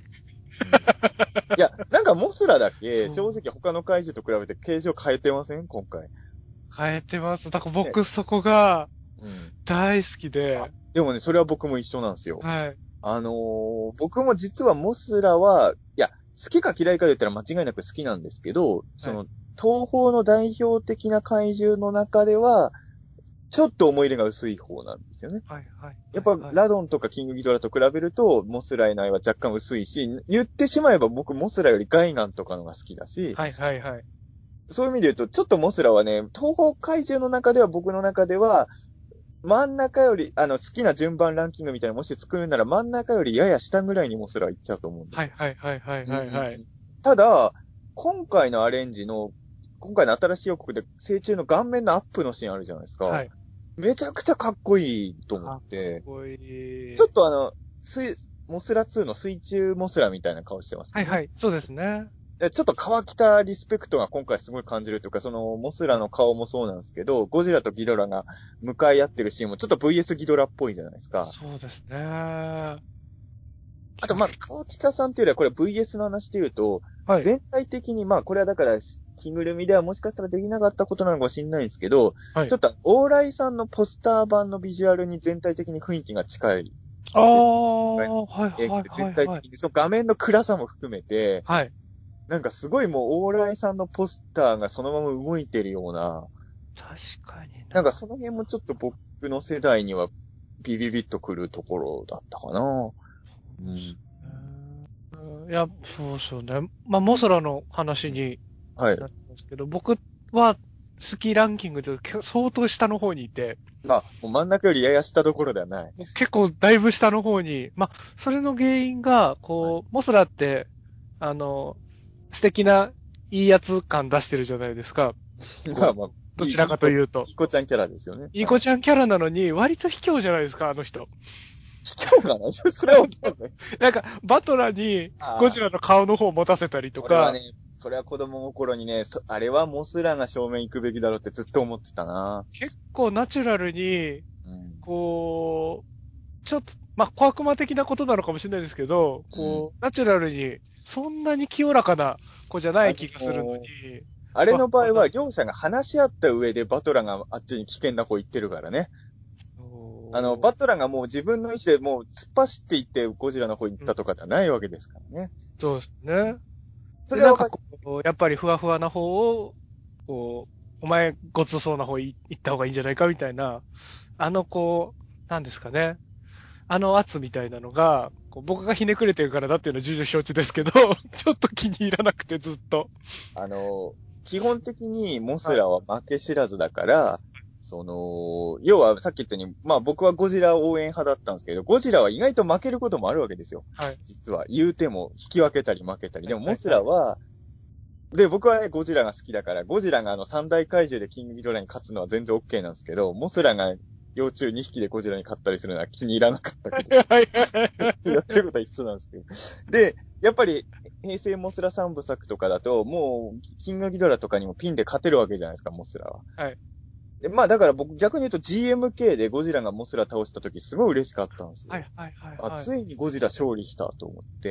や、なんかモスラだけ、正直他の怪獣と比べて形状変えてません今回。
変えてます。だから僕そこが
うん。
大好きで。
あ、でもね、それは僕も一緒なんですよ。
はい。
あのー、僕も実はモスラは、いや、好きか嫌いかで言ったら間違いなく好きなんですけど、その、東方の代表的な怪獣の中では、ちょっと思い入れが薄い方なんですよね。
はいはい。
やっぱ、ラドンとかキングギドラと比べると、モスラへの愛は若干薄いし、言ってしまえば僕モスラよりガイガンとかのが好きだし、
はいはいはい。
そういう意味で言うと、ちょっとモスラはね、東方怪獣の中では僕の中では、真ん中より、あの、好きな順番ランキングみたいなのもし作るなら真ん中よりやや下ぐらいにモスラは行っちゃうと思うんですよ。
はいはいはいはいはいはい。
ただ、今回のアレンジの、今回の新しい予告で、成虫の顔面のアップのシーンあるじゃないですか。
はい。
めちゃくちゃかっこいいと思っ
か
て
っ、こいい。
ちょっとあの、水、モスラツーの水中モスラみたいな顔してますね。
はいはい。そうですね。
でちょっと川北リスペクトが今回すごい感じるというか、そのモスラの顔もそうなんですけど、ゴジラとギドラが向かい合ってるシーンもちょっと ブイエス ギドラっぽいじゃないですか。
そうですね。あ
あと、まあ、川北さんっていうよりはこれ ブイエス の話で言うと、
はい。
全体的に、まあ、これはだから、着ぐるみではもしかしたらできなかったことなのかもしれないんですけど、
はい。
ちょっと、オーライさんのポスター版のビジュアルに全体的に雰囲気が近い。
ああ、はいはいはい
全体
はい。
的に、その画面の暗さも含めて、
はい。
なんかすごいもう、オーライさんのポスターがそのまま動いてるような、
確かにな。
なんかその辺もちょっと僕の世代にはビビビッとくるところだったかな。うん。
いや、そうですよね。まあ、モスラの話に
はい。
なってますけど、僕は好きランキングで相当下の方にいて、
まあ、もう真ん中よりやや下どころではない。
もう結構だいぶ下の方に、まあ、それの原因が、こう、
はい
モスラって、あの、素敵ないいやつ感出してるじゃないですか。
まあまあ、
どちらかというと。
いい子ちゃんキャラですよね。
いい子ちゃんキャラなのに、割と卑怯じゃないですか、あの人。
卑怯かなそれはわかんない。
なんか、バトラにゴジラの顔の方を持たせたりとか。
それはね、それは子供心にね、あれはモスラが正面行くべきだろうってずっと思ってたな。
結構ナチュラルに、
うん、
こう、ちょっと、まあ、小悪魔的なことなのかもしれないですけど、こう、うん、ナチュラルに、そんなに清らかな子じゃない気がするのに。
あれの場合は、両者が話し合った上でバトラがあっちに危険な方行ってるからね。あの、バトラがもう自分の意思でもう突っ走っていってゴジラの方行ったとかではないわけですからね。
そうですね。
それは
なんかこう、やっぱりふわふわな方を、こう、お前ごつそうな方行った方がいいんじゃないかみたいな、あのこう、なんですかね。あの圧みたいなのが、こう僕がひねくれてるからだっていうのは重々承知ですけど、ちょっと気に入らなくてずっと。
あの、基本的にモスラは負け知らずだから、はい、その、要はさっき言ったように、まあ僕はゴジラ応援派だったんですけど、ゴジラは意外と負けることもあるわけですよ。
はい。
実は。言うても引き分けたり負けたり。でもモスラは、で、僕はね、ゴジラが好きだから、ゴジラがあの三大怪獣でキングギドラに勝つのは全然 OK なんですけど、モスラが幼虫にひきでゴジラに勝ったりするのは気に入らなかったわけです。やってることは一緒なんですけど。で、やっぱり、平成モスラ三部作とかだと、もう、キングギドラとかにもピンで勝てるわけじゃないですか、モスラは。
はい。
で、まあだから僕逆に言うと ジーエムケー でゴジラがモスラ倒した時すごい嬉しかったんですよ。
はいはいはい、
はい。あ、ついにゴジラ勝利したと思って。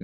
うん。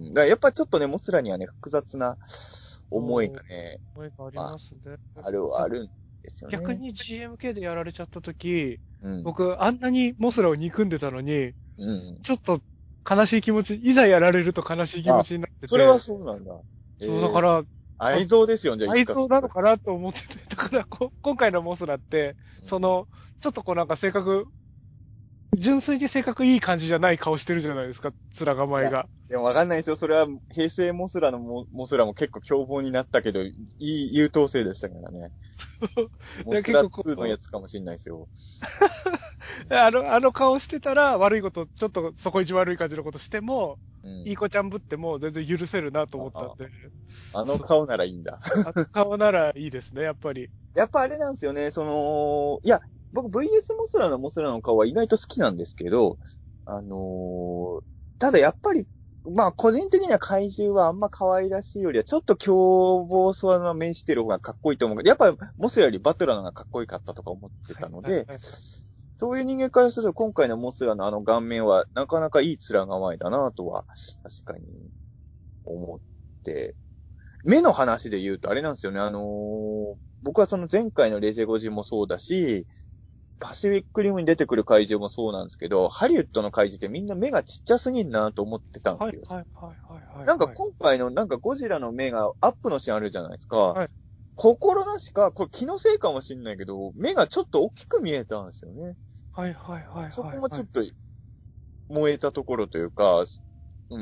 だからやっぱちょっとね、モスラにはね、複雑な思いがね、
思いがありますね。
あるはあるんですよね。
逆に ジーエムケー でやられちゃった時、
うん、
僕、あんなにモスラを憎んでたのに、
うん。
ちょっと悲しい気持ち、いざやられると悲しい気持ちになってて。
それはそうなんだ。
そう、だから、
愛憎ですよ、じゃあ、
愛憎なのかなと思ってて。だからこ、今回のモスラって、
うん、
その、ちょっとこうなんか性格、純粋に性格いい感じじゃない顔してるじゃないですか、面構えが。
でもわかんないですよ。それは、平成モスラのモモスラも結構凶暴になったけど、いい優等生でしたからね。モスラツーのやつかもしれないですよ。
あの、あの顔してたら悪いこと、ちょっとそこ一悪い感じのことしても、うん、いい子ちゃんぶっても全然許せるなと思ったんで。
あ, あの顔ならいいんだ。
あの顔ならいいですね、やっぱり。
やっぱあれなんですよね、その、いや、僕 ブイエス モスラのモスラの顔は意外と好きなんですけど、あのー、ただやっぱり、まあ個人的には怪獣はあんま可愛らしいよりはちょっと凶暴そうな目してる方がかっこいいと思うけど、やっぱモスラよりバトラーの方がかっこよかったとか思ってたので、はいはいはい、そういう人間からすると今回のモスラのあの顔面はなかなかいい面構えだなとは確かに思って、目の話で言うとあれなんですよね、あのー、僕はその前回のレジェゴジもそうだし、パシフィックリムに出てくる怪獣もそうなんですけど、ハリウッドの怪獣ってみんな目がちっちゃすぎんなと思ってたんですよ。はいはいはいはい。なんか今回のなんかゴジラの目がアップのシーンあるじゃないですか。はい。心なしか、これ気のせいかもしんないけど、目がちょっと大きく見えたんですよね。
はいはいはい、はい。
そこもちょっと燃えたところというか、うん。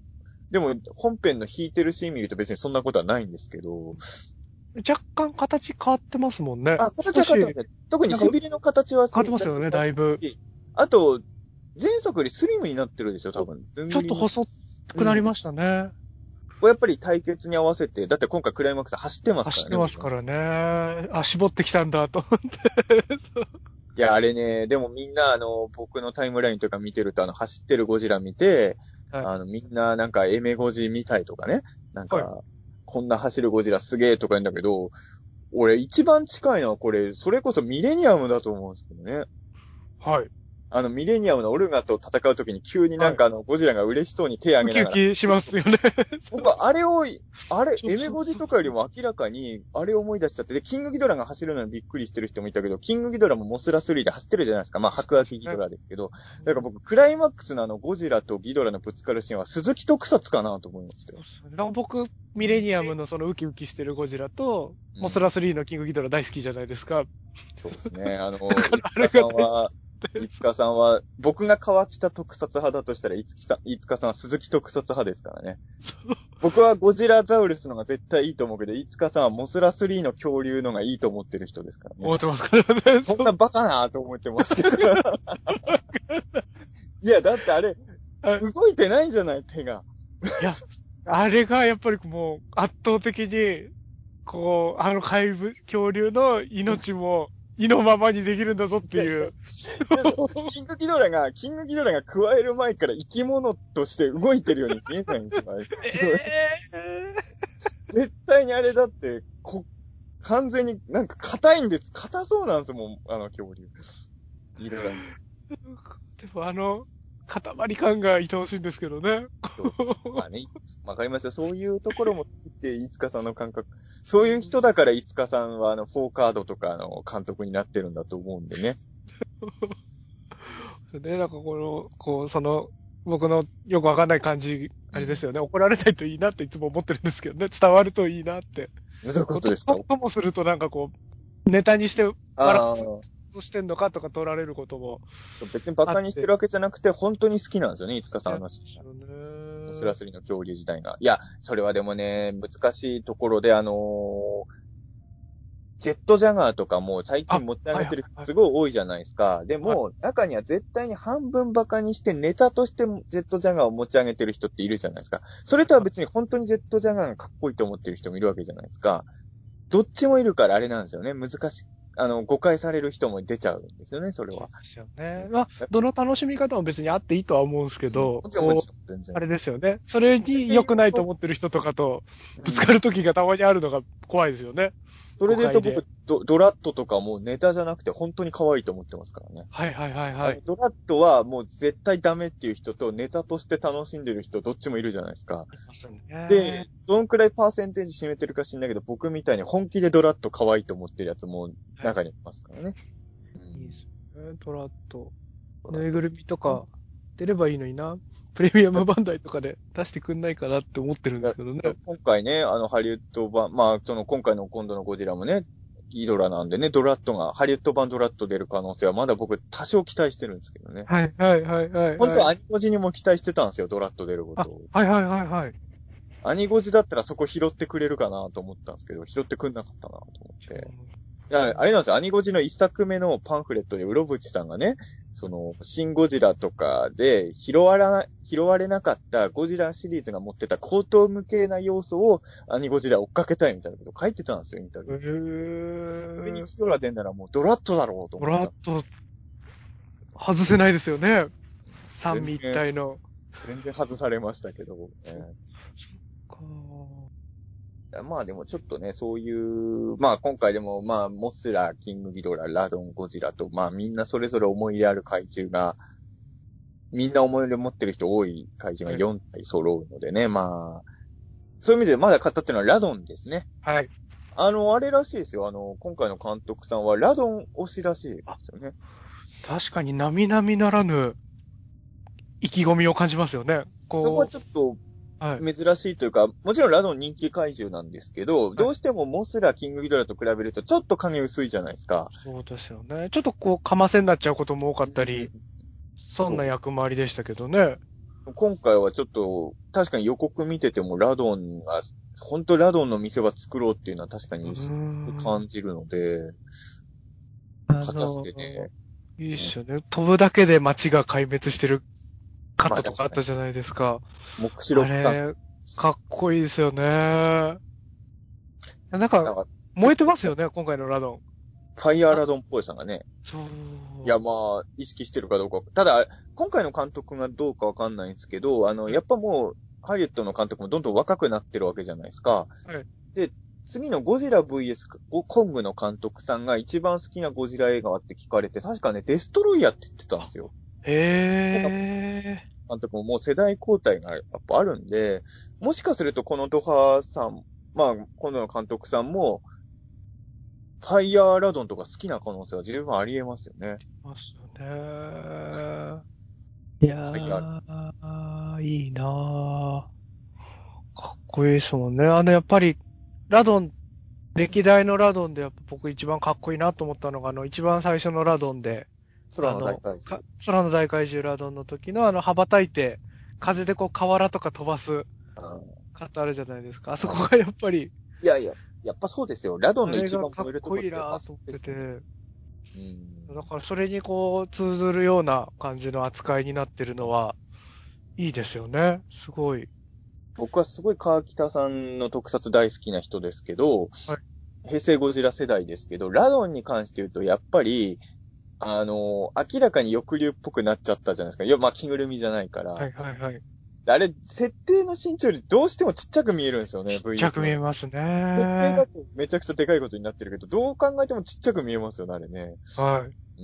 でも本編の弾いてるシーン見ると別にそんなことはないんですけど、
若干形変わってますもんね。
あ、形は変わってますね。特に背びれの形は
変わってますよね、だいぶ。
あと、前作よりスリムになってるでしょ、多分。
ちょっと細くなりましたね。
うん、やっぱり対決に合わせて、だって今回クライマックス走ってますからね。
走ってますからね。あ、絞ってきたんだと思って。
いや、あれね、でもみんな、あの、僕のタイムラインとか見てると、あの、走ってるゴジラ見て、はい、あの、みんな、なんか、エメゴジ見たいとかね。なんか、はい、こんな走るゴジラすげえとか言うんだけど、俺一番近いのはこれ、それこそミレニアムだと思うんですけどね。
はい。
あの、ミレニアムのオルガと戦うときに急になんかあの、はい、ゴジラが嬉しそうに手を挙げながら。
ウキウキしますよね。
僕はあれを、あれ、エメゴジとかよりも明らかに、あれを思い出しちゃって、で、キングギドラが走るのにびっくりしてる人もいたけど、キングギドラもモスラスリーで走ってるじゃないですか。まあ、白亜紀ギドラですけど。だから僕、クライマックスのあの、ゴジラとギドラのぶつかるシーンは鈴木特撮かなと思いましたよ。
だから僕、ミレニアムのそのウキウキしてるゴジラと、うん、モスラスリーのキングギドラ大好きじゃないですか。
そうですね。あの、あれさんは、いつかさんは、僕が川北特撮派だとしたら、いつきさん、いつかさんは鈴木特撮派ですからね。僕はゴジラザウルスのが絶対いいと思うけど、いつかさんはモスラスリーの恐竜のがいいと思ってる人ですからね。
思ってますからね。
そんなバカなと思ってますけど。いや、だってあれ、動いてないじゃない、手が。
いや、あれがやっぱりもう圧倒的に、こう、あの怪物、恐竜の命も、意のままにできるんだぞっていう。
キングギドラが、キングギドラが加える前から生き物として動いてるように見えないんですよ。えー、絶対にあれだって、こ、完全になんか硬いんです。硬そうなんですもん、あの恐竜。ギドラに。
でもあの、塊感が愛おしいんですけどね。
まあね、わかりますよ。そういうところも見て、いつかさんの感覚。そういう人だからいつかさんはあの、フォーカードとかの監督になってるんだと思うんでね。
ね、なんかこの、こう、その、僕のよくわかんない感じ、あれですよね、うん。怒られないといいなっていつも思ってるんですけどね。伝わるといいなって。
どういうことですか？
ともするとなんかこう、ネタにして笑うしてんのかとか取られることも。
別にバカにしてるわけじゃなくて、本当に好きなんですよね、いつかさんの。モスラスリーの恐竜自体が。いや、それはでもね、難しいところで、あのー、ジェットジャガーとかも最近持ち上げてる人すごい多いじゃないですか。でも、中には絶対に半分バカにしてネタとしてジェットジャガーを持ち上げてる人っているじゃないですか。それとは別に本当にジェットジャガーがかっこいいと思ってる人もいるわけじゃないですか。どっちもいるからあれなんですよね。難しい。あの、誤解される人も出ちゃうんですよね、それは。
そうですよね。まあ、どの楽しみ方も別にあっていいとは思うんですけど、あれですよね。それに良くないと思ってる人とかとぶつかる時がたまにあるのが怖いですよね。
それで言うと僕、 ド、ドラットとかもネタじゃなくて本当に可愛いと思ってますからね。
はいはいはいはい。
ドラットはもう絶対ダメっていう人とネタとして楽しんでる人どっちもいるじゃないですか。
いますね。
で、どんくらいパーセンテージ占めてるか知んないけど、僕みたいに本気でドラット可愛いと思ってるやつも中にいますからね。
はい、いいですね。ドラット。
うん、
ぬいぐるみとか出ればいいのにな。プレミアムバンダイとかで出してくんないかなって思ってるんですけどね。
今回ね、あのハリウッド版、まあその今回の今度のゴジラもね、ギドラなんでね、ドラットが、ハリウッド版ドラット出る可能性はまだ僕多少期待してるんですけどね。
はいはいはいはい、はい。
本当はアニゴジにも期待してたんですよ、ドラット出ることを。
はいはいはいはい。
アニゴジだったらそこ拾ってくれるかなと思ったんですけど、拾ってくんなかったなと思って。いや、あれなんですよ、アニゴジの一作目のパンフレットで、うろぶちさんがね、その、シンゴジラとかで拾われな、拾われなかったゴジラシリーズが持ってた高等無形な要素をアニゴジラ追っかけたいみたいなこと書いてたんですよ、インタビュー。へ
ー。
それにキドラ出んならもうドラットだろうと思った。
ドラット、外せないですよね。三位一体の。
全然外されましたけど。
そっか。
まあでもちょっとね、そういう、まあ今回でもまあモスラ、キングギドラ、ラドン、ゴジラと、まあみんなそれぞれ思い入れある怪獣が、みんな思い入れ持ってる人多い怪獣がよんたい揃うのでね、はい、まあ、そういう意味でまだ勝ったっていうのはラドンですね。
はい。
あの、あれらしいですよ。あの、今回の監督さんはラドン推しらしいですよね。
確かに並々ならぬ意気込みを感じますよね。こう。
そこはちょっと、珍しいというか、はい、もちろんラドン人気怪獣なんですけど、はい、どうしてもモスラ、キングギドラと比べるとちょっと影薄いじゃないですか。
そうですよね。ちょっとこう、かませになっちゃうことも多かったり、うん、そんな役回りでしたけどね。
今回はちょっと、確かに予告見ててもラドンが、本当ラドンの店は作ろうっていうのは確かに感じるので、果たしてね。
いいっすよね。飛ぶだけで街が壊滅してるカットとかあったじゃないですか。
目視録
あれ、かっこいいですよね。なんか、燃えてますよね、今回のラドン。
ファイヤーラドンっぽいさがね。
そう。
いや、まあ、意識してるかどうか。ただ、今回の監督がどうかわかんないんですけど、あの、やっぱもう、ハリウッドの監督もどんどん若くなってるわけじゃないですか。
はい。
で、次のゴジラ ブイエス コングの監督さんが一番好きなゴジラ映画はって聞かれて、確かね、デストロイヤーって言ってたんですよ。
へー。
監督ももう世代交代がやっぱあるんで、もしかするとこのドハさん、まあ、今度の監督さんも、ファイヤーラドンとか好きな可能性は十分あり得ますよね。あり
ますよね。いやー、いいなー。かっこいいですもんね。あの、やっぱり、ラドン、歴代のラドンでやっぱ僕一番かっこいいなと思ったのが、あの、一番最初のラドンで、
空の大怪獣。
空の大怪獣ラドンの時のあの、羽ばたいて、風でこう、河原とか飛ばす、カットあるじゃないですか。あそこがやっぱり。
いやいや、やっぱそうですよ。ラドンの一番
燃えるところってかっこいいなと思ってて。
うん、
だからそれにこう、通ずるような感じの扱いになってるのは、いいですよね。すごい。
僕はすごい川北さんの特撮大好きな人ですけど、
はい、
平成ゴジラ世代ですけど、ラドンに関して言うと、やっぱり、あの、明らかに抑留っぽくなっちゃったじゃないですか。いや、まあ、着ぐるみじゃないから。
はいはいはい。
あれ、設定の身長よりどうしてもちっちゃく見えるんですよね、
ちっちゃく見えますね。
設定だとめちゃくちゃでかいことになってるけど、どう考えてもちっちゃく見えますよね、あれね。
はい。
うん。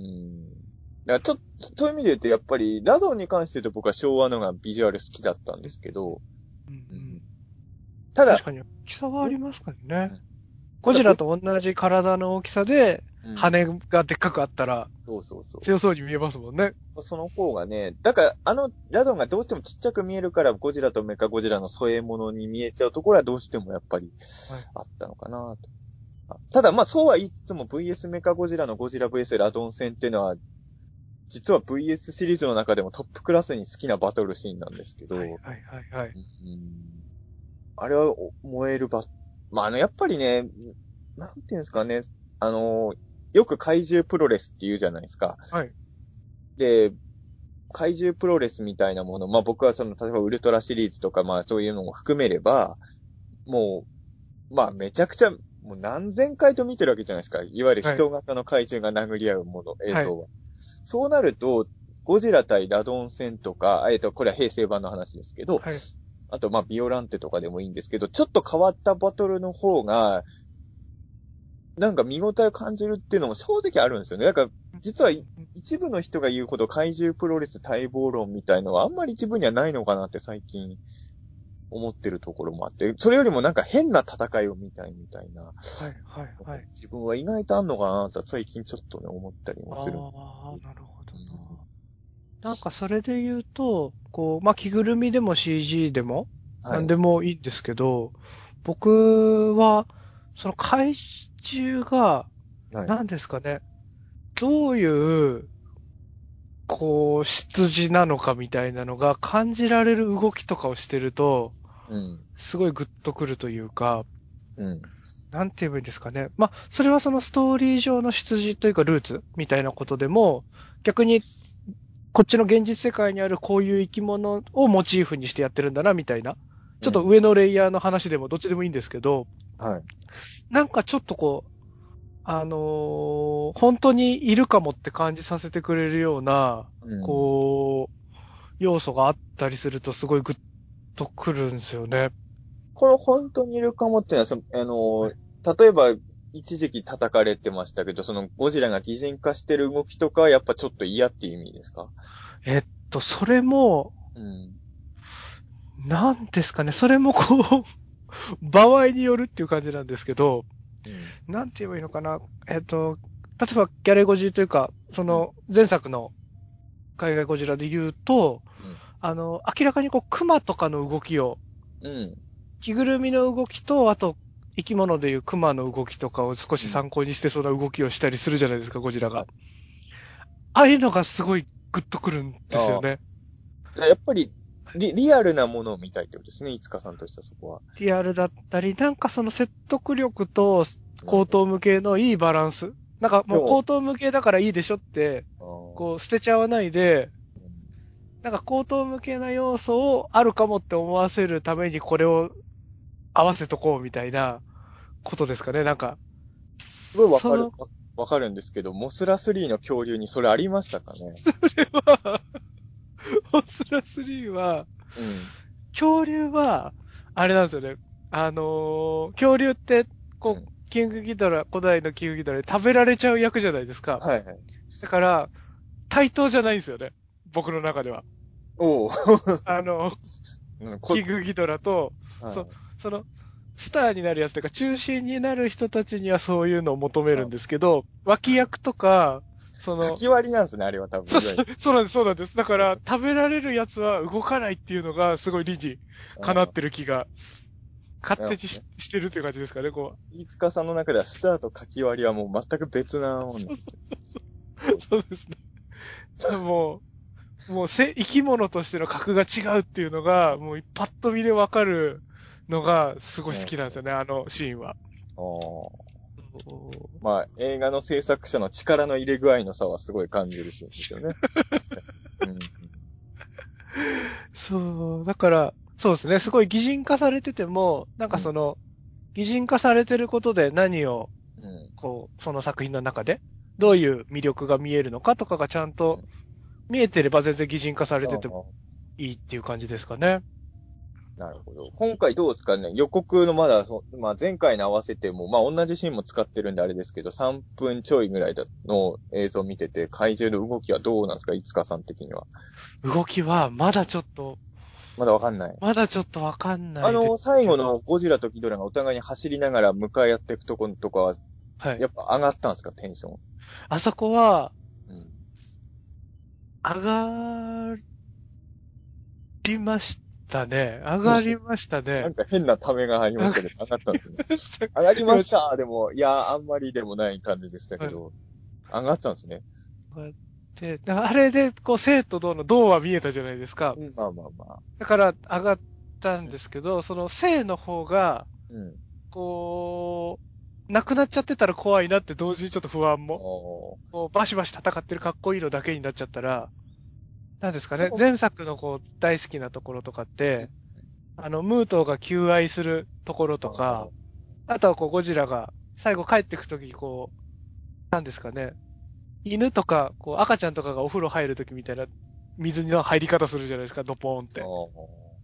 だからちょっと、そういう意味で言うと、やっぱり、ラドンに関して言うと僕は昭和のがビジュアル好きだったんですけど、
うんうん、
ただ、
確かに大きさはありますからね。うん、ゴジラと同じ体の大きさで、羽がでっかくあったら、
そうそうそう。
強そうに見えますもんね。
その方がね、だから、あの、ラドンがどうしてもちっちゃく見えるから、ゴジラとメカゴジラの添え物に見えちゃうところはどうしてもやっぱり、あったのかなと。はい、ただ、まあ、そうは言いつつも ブイエス メカゴジラのゴジラ ブイエス ラドン戦っていうのは、実は ブイエス シリーズの中でもトップクラスに好きなバトルシーンなんですけど、はい
はいはいはい。
うん、あれは燃えるバ、まあ、あの、やっぱりね、なんていうんですかね、あの、よく怪獣プロレスって言うじゃないですか。
はい。
で、怪獣プロレスみたいなもの、まあ僕はその、例えばウルトラシリーズとか、まあそういうのも含めれば、もう、まあめちゃくちゃ、もう何千回と見てるわけじゃないですか。いわゆる人型の怪獣が殴り合うもの、はい、映像は。そうなると、ゴジラ対ラドン戦とか、えっと、これは平成版の話ですけど、はい、あとまあビオランテとかでもいいんですけど、ちょっと変わったバトルの方が、 なんか見応えを感じるっていうのも正直あるんですよね。なんか、実は一部の人が言うほど怪獣プロレス待望論みたいのはあんまり自分にはないのかなって最近思ってるところもあって、それよりもなんか変な戦いを見たいみたいな。
はいはいはい。
自分は意外とあんのかなと最近ちょっとね、思ったりもする。
ああ、なるほどな。
うん、
なんかそれで言うと、こう、まあ、着ぐるみでも シージー でも、
はい。
なんでもいいんですけど、僕は、その怪獣が、
はい。
何ですかね、どういう、こう、出自なのかみたいなのが感じられる動きとかをしてると、
うん。
すごいグッとくるというか、
うん。
なんて言えばいいんですかね。まあ、それはそのストーリー上の出自というかルーツみたいなことでも、逆にこっちの現実世界にあるこういう生き物をモチーフにしてやってるんだなみたいな、ちょっと
うん。
上のレイヤーの話でもどっちでもいいんですけど、
はい。
なんかちょっとこう、あのー本当にいるかもって感じさせてくれるような、
うん。
こう、要素があったりするとすごいグッとくるんですよね。
この本当にいるかもっていうのは、その、あの、例えば、一時期叩かれてましたけど、そのゴジラが擬人化してる動きとかはやっぱちょっと嫌っていう意味ですか？
えっと、それも、
うん。
なんですかね、それもこう、場合によるっていう感じなんですけど、
うん。
なんて言えばいいのかな。えっと、例えばギャレゴジというか、そ
うん。
の前作の海外ゴジラで言うと、
うん。
あの、明らかにこう、クマとかの動きを、
うん。
着ぐるみの動きと、あと、生き物でいうクマの動きとかを少
うん。
し参考にしてそうな動きをしたりするじゃないですか、ゴジラが。
はい。
ああいうのがすごいグッとくるんですよ
あ
ね。
あ。やっぱりリ、リアルなものを見たいってことですね。いつかさんとしてはそこは。
リアルだったり、なんかその説得力と
なるほど。
口頭無形のいいバランス。なんかもう
でも、
口頭無形だからいいでしょって、
あー
こう捨てちゃわないで、
うん、
なんか口頭無形な要素をあるかもって思わせるためにこれを合わせとこうみたいなことですかね。なんか、
すごいわかる、
その、
わ、わかるんですけど、モスラスリーの恐竜にそれありましたかね？
それは、モスラスリーは、
うん。
恐竜は、あれなんですよね。あのー恐竜って、こう、
うん。
キングギドラ、古代のキングギドラで食べられちゃう役じゃないですか。
はいはい。
だから、対等じゃないんですよね。僕の中では。
おお。
あの、
うん、こ、
キングギドラと、そ、
はい。
その、スターになるやつというか、中心になる人たちにはそういうのを求める
あ、
んですけど、脇役とか、その、
書き割りなんですね、あれは多分、
そうそう、
いわゆる。
そうなんです、そうなんです。だから、食べられるやつは動かないっていうのが、すごい理にかなっ
ああ、
てる気が、勝手にし、
なるほどね。
してるっていう感じですかね、こ
飯塚さんの中ではスターと書き割りはもう全く別な
う。
もんなん
そうそうそうそう。そうですね。もう、もうせ、生き物としての格が違うっていうのが、もうパッと見でわかるのが、すごい好きなんですよね、あのシーンは。
ああ。
そう
まあ、映画の制作者の力の入れ具合の差はすごい感じるシーンですよね。確かに。うん。
そう、だから、そうですね、すごい擬人化されてても、なん
うん。
かその、擬人化されてることで何を、
うん。
こう、その作品の中で、どういう魅力が見えるのかとかがちゃんと
うん。
見えてれば全然擬人化されてても
ああ、
いいっていう感じですかね。
なるほど。今回どうですかね？予告のまだそ、まあ前回に合わせても、まあ同じシーンも使ってるんであれですけど、さんぷんちょいぐらいの映像を見てて、怪獣の動きはどうなんですか？いつかさん的には。
動きはまだちょっと、
まだわかんない。
まだちょっとわかんないで
あの、最
すよ。
後のゴジラとギドラがお互いに走りながら向かい合っていくとことかは、
はい。
やっぱ上がったんですか？テンション。
あそこは、
うん。
上がりましたね。上がりましたね。
なんか変なためが入りま
なんか
したけど、上がったんですね。上がりま
今、
したでも、いや、あんまりでもない感じでしたけ
はい
ど、上がったんですね。
こうやって、だからあれで、こう、生と銅の銅は見えたじゃないですか。
うん、まあまあまあ。
だから上がったんですけど、その生の方が、
うん。
こう、なくなっちゃってたら怖いなって同時にちょっと不安も、
おー。
こうバシバシ戦ってるかっこいいのだけになっちゃったら、なんですかね、
でも、
前作のこう、大好きなところとかって、あの、ムートが求愛するところ
あ
とか、
ー、
あとはこう、ゴジラが最後帰ってくとき、こう、なんですかね、犬とか、こう、赤ちゃんとかがお風呂入るときみたいな水の入り方するじゃないですか、ドポーンっ
あ
て。
ー、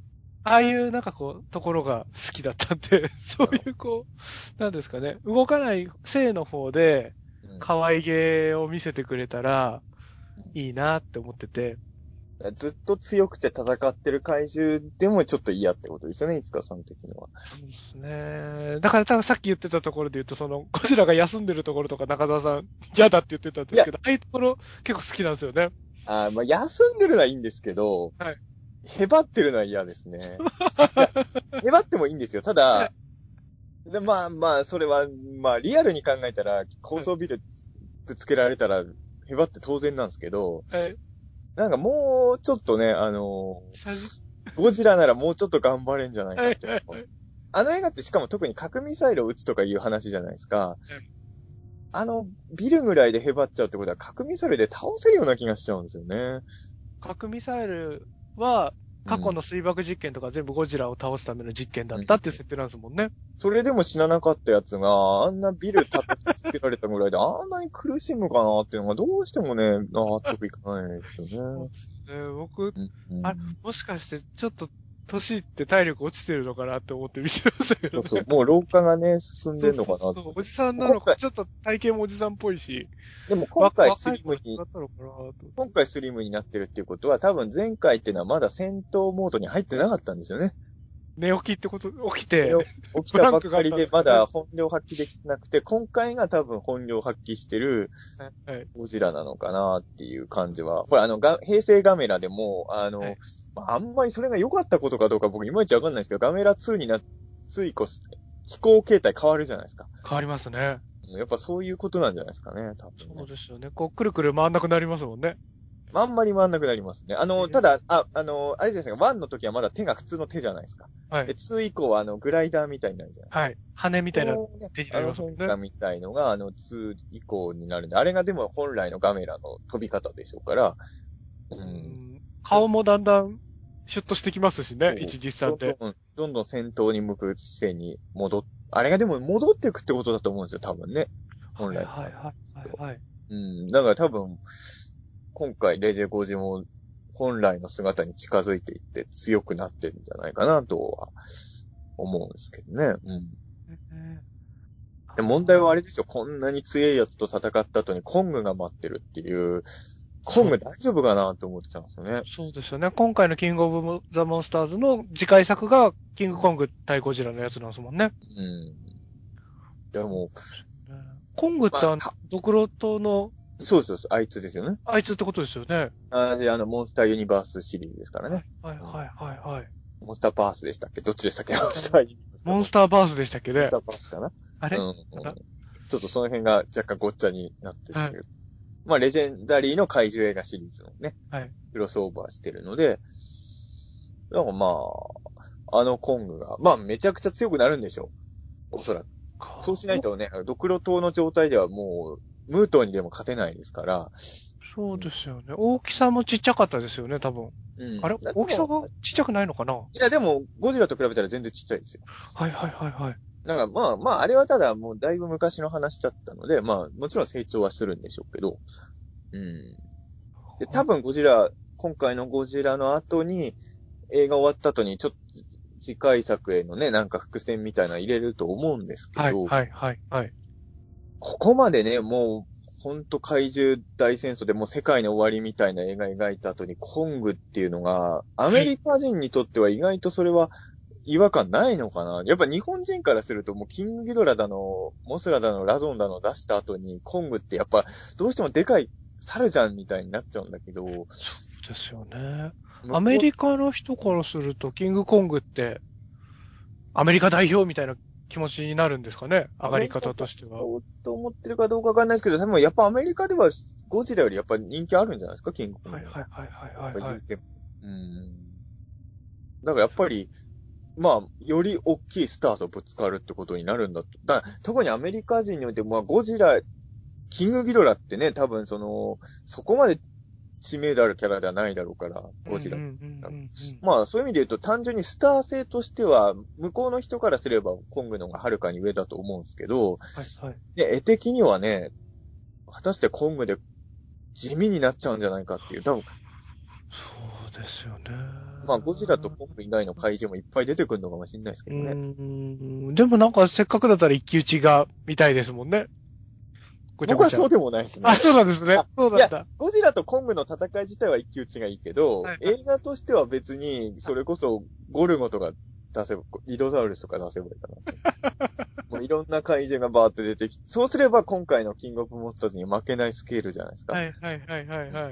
ああいうなんかこう、ところが好きだったんで、そういうこう、なんですかね、動かない性の方で、
うん。
可愛げを見せてくれたらいいなって思ってて。
ずっと強くて戦ってる怪獣でもちょっと嫌ってことですよね、いつかさん的には。
そうですね。だから多分さっき言ってたところで言うと、その、ゴジラが休んでるところとか中澤さん嫌だって言ってたんで
いや、
すけど、ああいうところ結構好きなんですよね。
あーまあ、休んでるのはいいんですけど、
はい。
へばってるのは嫌ですね。いや、へばってもいいんですよ。ただ、で、まあまあ、それは、まあ、リアルに考えたら、高層ビルぶつけられたら、へばって当然なんですけど、
はい。
なんかもうちょっとね、あの
謝辞
ーゴジラならもうちょっと頑張れんじゃない
はい、
かって。
はい、はい。
あの映画ってしかも特に核ミサイルを撃つとかいう話じゃないですか。あの、ビルぐらいでへばっちゃうってことは核ミサイルで倒せるような気がしちゃうんですよね。
核ミサイルは、過去
うん。
の水爆実験とか全部ゴジラを倒すための実験だっ
うん。
たっていう設定なんですもんね。
それでも死ななかったやつが、あんなビル立てつけられたぐらいで、あんなに苦しむかなっていうのがどうしてもね、納得いかないですよね。
そうですね。僕、
うん。う
あ、
ん。
もしかしてちょっと年いって体力落ちてるのかなって思って見てましたけどね。
そうそう。もう老化がね、進ん
そう
でんのか
そうそう。
なと思って。
おじさんなのか、
今回、
ちょっと体型もおじさんっぽいし、
でも今
わ、
回ス
若い
リムに、
頃違ったのかなと思って。
今回スリムになってるっていうことは、多分前回っていうのはまだ戦闘モードに入ってなかったんですよね。
寝起きってこと、起きて、
起き
ブ
たばっかり
ランクがあったんですかね。
でまだ本領発揮できてなくて、今回が多分本領発揮してる
はい。はい。
ゴジラなのかなっていう感じは。これあの、が平成ガメラでも、あの、
はい。
まあ、あんまりそれが良かったことかどうか僕いまいちわかんないですけど、ガメラツーにな、ついこす、飛行形態変わるじゃないですか。
変わりますね。
やっぱそういうことなんじゃないですかね、多分ね。
そうですよね。こう、くるくる回んなくなりますもんね。
あんまり回んなくなりますね。あの、ただ、あ、あの、あれじゃないですか、ワンの時はまだ手が普通の手じゃないですか。で、
はい。
ツー以降はあの、グライダーみたいになるじゃないですか。
はい。羽みたいな
このね、
手にな
あの
りますもんね。
変化みたいのが、あの、ツー以降になるんで、あれがでも本来のガメラの飛び方でしょうから、う
う
ん。
ん。顔もだんだんシュッとしてきますしね。
そう
一実三で。
どんどん、どんどん戦闘に向く姿勢に戻っ、あれがでも戻っていくってことだと思うんですよ、多分ね。本
はい
来。
はいはいはいはい。
うん。だから多分、今回レジェゴジも本来の姿に近づいていって強くなってるんじゃないかなとは思うんですけどね。うん。
え
で問題はあ
ああ、
れですよ。こんなに強いやつと戦った後にコングが待ってるっていう、コン
そう、
グ大丈夫かなと思っちゃうんですよね。
そうですよね。今回のキングオブザモンスターズの次回作がキングコング対ゴジラのやつなんですもんね。
うん。でも、
ねコングってあの、
まあ、
ドクロ島の
そうそうそう、あいつですよね。
あいつってことですよね。
同じあの、モンスターユニバースシリーズですからね。
はいはい
うん、
はいはいはい。
モンスターバースでしたっけどっちでしたっけモンスターユニバースか
モン
と。
スターバースでしたっけね。
モンスターバースかな
あれ
うん、うん。
また
ちょっとその辺が若干ごっちゃになってる
はい。
けど。まあ、レジェンダリーの怪獣映画シリーズのね、
はい。
クロスオーバーしてるので、だからまあ、あのコングが、まあめちゃくちゃ強くなるんでしょう。おそらく。そう
か。お、
しないとね、ドクロ島の状態ではもう、ムートにでも勝てないですから。
そう
うん。
ですよね。大きさもちっちゃかったですよね、多分。
うん。
あれ
だでも、
大きさがちっちゃくないのかな？
いやでも、ゴジラと比べたら全然ちっちゃいですよ。
はいはいはいはい。
だからまあまあ、あれはただもうだいぶ昔の話だったので、まあ、もちろん成長はするんでしょうけど。うん。で、多分ゴジラ、今回のゴジラの後に、映画終わった後にちょっと次回作へのね、なんか伏線みたいなの入れると思うんですけど、
はいはいはいはい。
ここまでね、もう、ほんと怪獣大戦争でもう世界の終わりみたいな映画描いた後にコングっていうのが、ア
はい。
メリカ人にとっては意外とそれは違和感ないのかな。やっぱ日本人からするともうキングギドラだの、モスラだの、ラゾンだの出した後にコングってやっぱどうしてもでかい猿じゃんみたいになっちゃうんだけど、
そうですよね。
向こう
アメリカの人からすると、キングコングってアメリカ代表みたいな気持ちになるんですかね？上
アメリカ
がり方としては。
そうと思ってるかどうかわかんないですけど、でもやっぱアメリカではゴジラよりやっぱ人気あるんじゃないですか、キングコン
はい
グの方が。
はいはいはい
やっ
はいはい。
ぱ言うても。うん。だからやっぱり、まあ、より大きいスターとぶつかるってことになるんだと。だ特にアメリカ人においても、まあ、ゴジラ、キングギドラってね、多分その、そこまで知名度あるキャラではないだろうから、
うんうん
ゴジラ。
うんうんうん。
まあ、そういう意味で言うと、単純にスター性としては、向こうの人からすれば、コングの方がはるかに上だと思うんですけど、
はいはい。
で、絵的にはね、果たしてコングで地味になっちゃうんじゃないかっていう。多分、
そうですよね。
まあ、ゴジラとコング以外の怪獣もいっぱい出てくるのかもしれないですけどね。
うーん。でもなんかせっかくだったら一騎打ちが見たいですもんね。ごちゃごちゃ。
僕はそうでもないですね。
あ、そうなんですね。そうなんだ。
いや、ゴジラとコングの戦い自体は一騎打ちがいいけど、
はいはい、
映画としては別に、それこそゴルゴとか出せば、イドサウルスとか出せばいいかな。もういろんな怪獣がバーって出てきて、そうすれば今回のキングオブモンスターズに負けないスケールじゃないですか。
はいはいはいはいはい。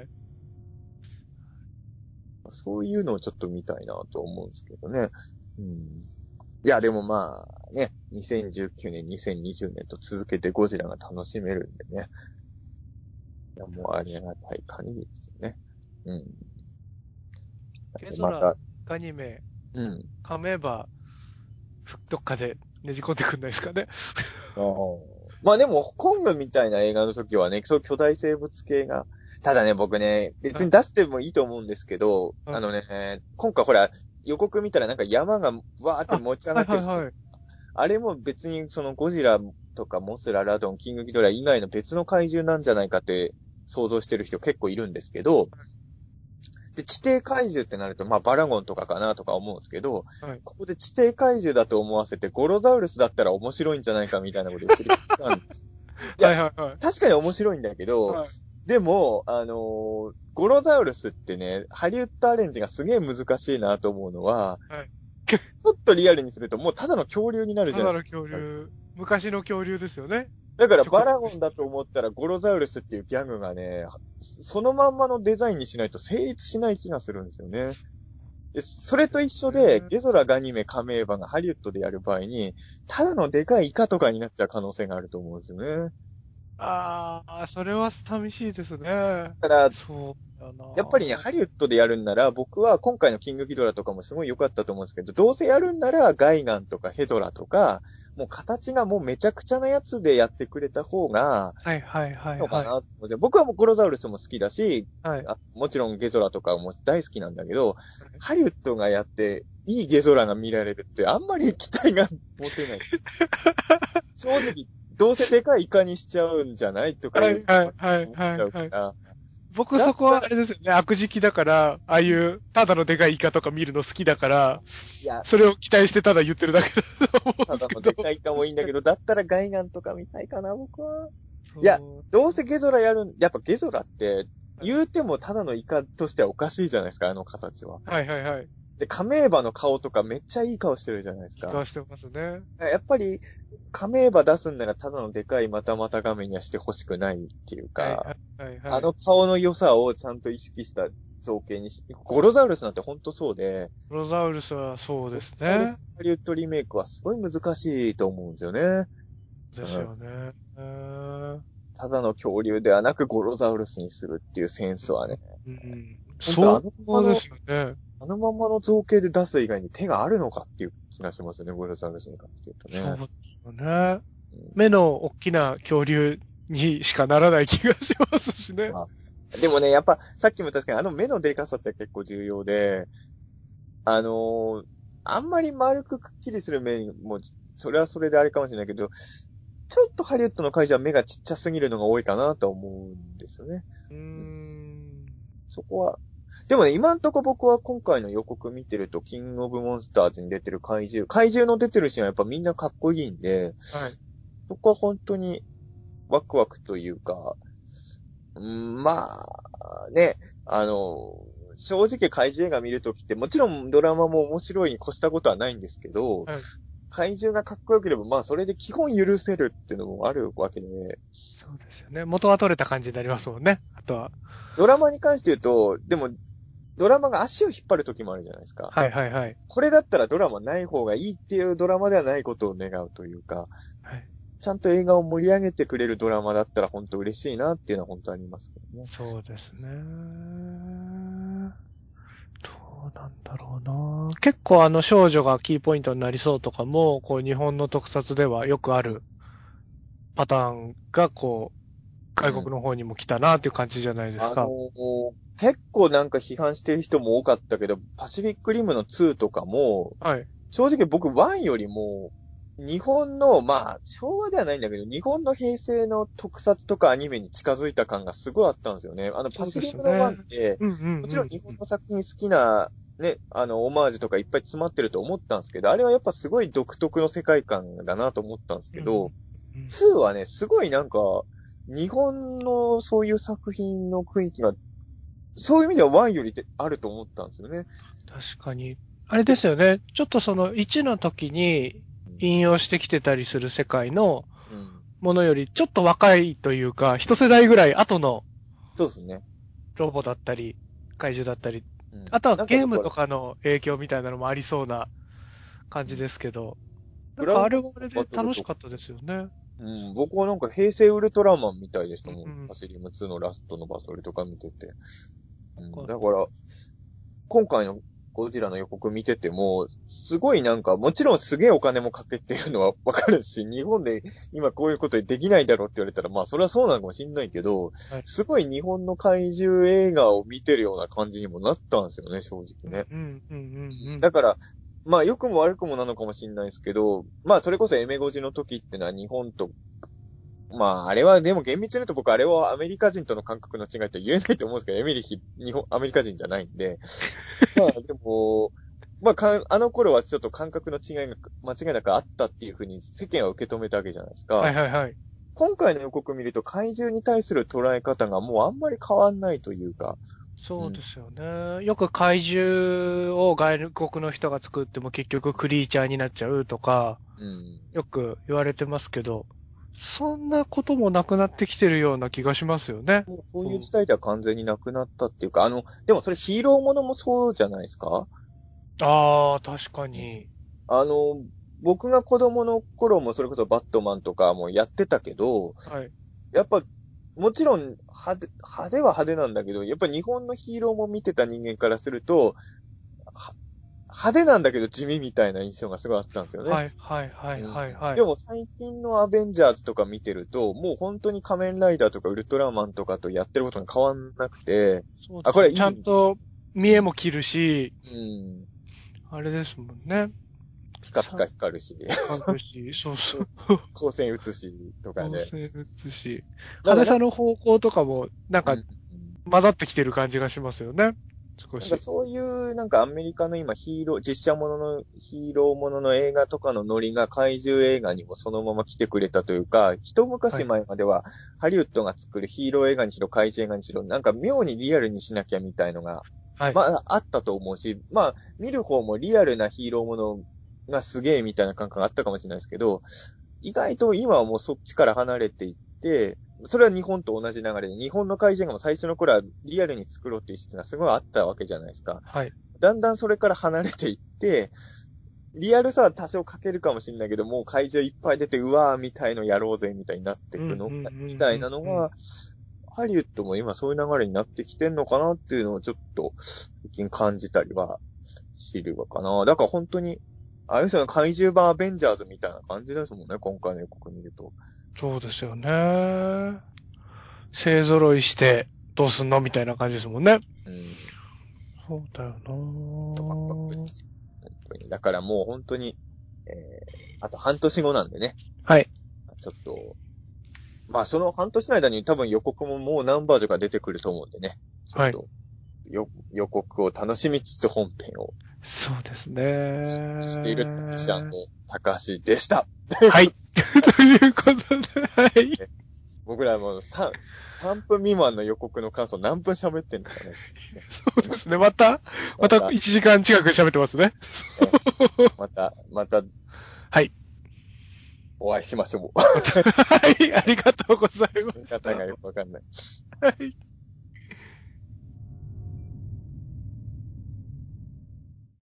そういうのをちょっと見たいなと思うんですけどね。うん、いや、でもまあ、ね、にせんじゅうきゅうねん、にせんにじゅうねんと続けてゴジラが楽しめるんでね。いや、もうありがたい限りですよね。うん。
ゲゾラ、
また、
ガニメ、
うん。
噛めば、どっかでねじ込んでくんないですかね。
あーまあでも、コングみたいな映画の時はね、そう巨大生物系が、ただね、僕ね、別に出してもいいと思うんですけど、
はい
あのね、今回ほら、予告見たらなんか山がわーって持ち上がってるし、
はいはいはい。
あれも別にそのゴジラとかモスラ、ラドン、キングギドラ以外の別の怪獣なんじゃないかって想像してる人結構いるんですけど、で、地底怪獣ってなると、まあ、バラゴンとかかなとか思うんですけど、
はい、
ここで地底怪獣だと思わせて、ゴロザウルスだったら面白いんじゃないかみたいなこと言ってる人なんです。いや、
はいはいはい。
確かに面白いんだけど、
はい、
でも、あのーゴロザウルスってね、ハリウッドアレンジがすげえ難しいなと思うのは、
はい。
ちょっとリアルにするともうただの恐竜になるじ
ただの
ゃないですか。
恐竜、昔の恐竜ですよね。
だからバ
直
ラゴンだ
立してる。
と思ったらゴロザウルスっていうギャグがね、そのまんまのデザインにしないと成立しない気がするんですよね。で、それと一緒で、ゲゾラ、ガニメ、カメーバがハリウッドでやる場合に、ただのでかいイカとかになっちゃう可能性があると思うんですよね。
ああ、それは寂しいですね。
だから、
そうだな。
やっぱりね、ハリウッドでやるんなら、僕は今回のキングギドラとかもすごい良かったと思うんですけど、どうせやるんなら、ガイガンとかヘドラとか、もう形がもうめちゃくちゃなやつでやってくれた方が、
はいはいはい
のかな
はい。
と思うんですよ。僕はもうゴロザウルスも好きだし、
はい。
あもちろんゲゾラとかも大好きなんだけど、ハリウッドがやっていいゲゾラが見られるってあんまり期待が持てない。正直、どうせでかいイカにしちゃうんじゃないとか
は
いう
いはいはい
思っち
はいはい。
ゃうから。
僕そこ
だったら、
はあれですよね、悪時期だから、ああいうただのでかいイカとか見るの好きだから、
いや、
それを期待してただ言ってるだけだと思うん
た
ですけど。
だのでかいイカもいいんだけど、だったらガイガンとか見たいかな、僕は。いや、
そう。
どうせゲゾラやるん、やっぱゲゾラって、言うてもただのイカとしてはおかしいじゃないですか、あの形は。
はいはいはい。
で、カメーバの顔とかめっちゃいい顔してるじゃないですか。
気がしてますね。
やっぱり、カメーバ出すんならただのでかいまたまた画面にはしてほしくないっていうか、
はいはいはいはい。
あの顔の良さをちゃんと意識した造形にし、ゴロザウルスなんてほんとそうで、
プロザウルスはそう
ゴロ
ですね。
ザウルスハリウッドリメイクはすごい難しいと思うんですよね。
です
うん、
よね。うーん。
ただの恐竜ではなくゴロザウルスにするっていうセンスはね、
うん。
本当あ
そ
のままの、
うですよね。
あのままの造形で出す以外に手があるのかっていう気がしますよね、ゴロザウルスに関して言うとね。
そうですよね。
うん、
目の大きな恐竜にしかならない気がしますしね。
まあでもね、やっぱ、さっきも確かにあの目のでかさって結構重要で、あのーあんまり丸くくっきりする目も、それはそれであれかもしれないけど、ちょっとハリウッドの会社は目がちっちゃすぎるのが多いかなと思うんですよね。
うーん。
そこは。でもね、今んとこ僕は今回の予告見てると、キングオブモンスターズに出てる怪獣、怪獣の出てるシーンはやっぱみんなかっこいいんで、
はい。
そこは本当にワクワクというか、うん、まあ、ね、あの、正直怪獣映画見るときって、もちろんドラマも面白いに越したことはないんですけど、
はい。
怪獣がかっこよければ、まあそれで基本許せるっていうのもあるわけで、
そうですよね。元は取れた感じになりますもんね。あとは。
ドラマに関して言うと、でも、ドラマが足を引っ張るときもあるじゃないですか。
はいはいはい。
これだったらドラマない方がいいっていうドラマではないことを願うというか、
はい。
ちゃんと映画を盛り上げてくれるドラマだったら本当嬉しいなっていうのは本当ありますけどね。
そうですね。どうなんだろうな。結構あの少女がキーポイントになりそうとかも、こう日本の特撮ではよくあるパターンがこう、
うん。
外国の方にも来たなっていう感じじゃないです
あの
か。
ー結構なんか批判してる人も多かったけど、パシフィックリムのツーとかも、
はい。
正直僕ワンよりも日本の、まあ、昭和ではないんだけど、日本の平成の特撮とかアニメに近づいた感がすごいあったんですよね。あの、パシリムのワンって、
うんうんうんうん、
もちろん日本の作品好きな、ね、あの、オマージュとかいっぱい詰まってると思ったんですけど、あれはやっぱすごい独特の世界観だなと思ったんですけど、
うんうん、
ツーはね、すごいなんか、日本のそういう作品の雰囲気が、そういう意味ではワンよりであると思ったんですよね。
確かに。あれですよね。ちょっとそのいちの時に引用してきてたりする世界のものよりちょっと若いというか、一世代ぐらい後の
そうですね。
ロボだったり、怪獣だったり、
うん、
あとはゲームとかの影響みたいなのもありそうな感じですけど、なんかあれはあれで楽しかったですよね。
うん、僕はなんか平成ウルトラマンみたいでしたもん。
うんうん、
パシリムツーのラストのバトルとか見てて。うん、だから、今回のゴジラの予告見てても、すごいなんか、もちろんすげえお金もかけてるのはわかるし、日本で今こういうことできないだろうって言われたら、まあそれはそうなのかもしんないけど、
はい、
すごい日本の怪獣映画を見てるような感じにもなったんですよね、正直ね。
うんうんうんうん、
だから、まあ良くも悪くもなのかもしんないですけど、まあそれこそエメゴジの時ってのは日本と、まああれはでも厳密に言うと僕あれはアメリカ人との感覚の違いと言えないと思うんですけど、エミリヒ、日本、アメリカ人じゃないんで、まあでも、まあかん、あの頃はちょっと感覚の違いが間違いなくあったっていうふうに世間は受け止めたわけじゃないですか。
はいはいはい。
今回の予告見ると怪獣に対する捉え方がもうあんまり変わんないというか。
そうですよね。よく怪獣を外国の人が作っても結局クリーチャーになっちゃうとか、
うん、
よく言われてますけど、そんなこともなくなってきてるような気がしますよね。
もうそういう事態では完全になくなったっていうか、あの、でもそれヒーローものもそうじゃないですか？
ああ、確かに。
あの、僕が子供の頃もそれこそバットマンとかもやってたけど、
はい。
やっぱ、もちろん派手、派手は派手なんだけど、やっぱ日本のヒーローも見てた人間からすると、は派手なんだけど地味みたいな印象がすごいあったんですよね。
はいはいはい
うん、
はいはい。
でも最近のアベンジャーズとか見てると、もう本当に仮面ライダーとかウルトラマンとかとやってることが変わんなくて、あ、
そうですね。ちゃ
これいい。
んと見栄も切るし、
うん。
あれですもんね。
ピカピカ光るし、
光るし、そうそう。
光線映しとかね。
光線打つし、
だからなんか、
派手さの方向とかもなんか
うん、
混ざってきてる感じがしますよね。少
なんか
し。
そういうなんかアメリカの今ヒーロー、実写もののヒーローものの映画とかのノリが怪獣映画にもそのまま来てくれたというか、一昔前まではハリウッドが作るヒーロー映画にしろ怪獣映画にしろ、なんか妙にリアルにしなきゃみたいのが、
はい。
まああったと思うし、まあ見る方もリアルなヒーローものがすげえみたいな感覚があったかもしれないですけど、意外と今はもうそっちから離れていって、それは日本と同じ流れで、日本の怪獣映画も最初の頃はリアルに作ろうっていう意識がすごいあったわけじゃないですか。
はい。
だんだんそれから離れていって、リアルさは多少欠けるかもしれないけど、もう怪獣いっぱい出て、うわーみたいのやろうぜみたいになっていくの、
うんうんうん
みたいなの
うんうん。
が、ハリウッドも今そういう流れになってきてんのかなっていうのをちょっと最近感じたりはしてるのかな。だから本当に、あれですよね、怪獣版アベンジャーズみたいな感じですもんね、今回の予告見ると。
そうですよね。勢揃いしてどうすんのみたいな感じですもんね。
うん。
そうだよな
とか
ぁ。
本当に。だからもう本当に、えー、あと半年後なんでね、
はい。
ちょっと、まあその半年の間に多分予告ももう何バージョンか出てくると思うんでね、ちょっ
はい。
と、よ、予告を楽しみつつ本編を
そうです
しているたけしの
ね。
高橋でした。
はい。ということで、はい。
僕らもさん、さんぷん未満の予告の感想何分喋ってんのかね。
そうですね。また、また
また、
いちじかん近く喋ってますね。
えまた、また
はい。
お会いしましょう。
また、はい。ありがとうございま
見
した。
方がよくわかんない。
はい。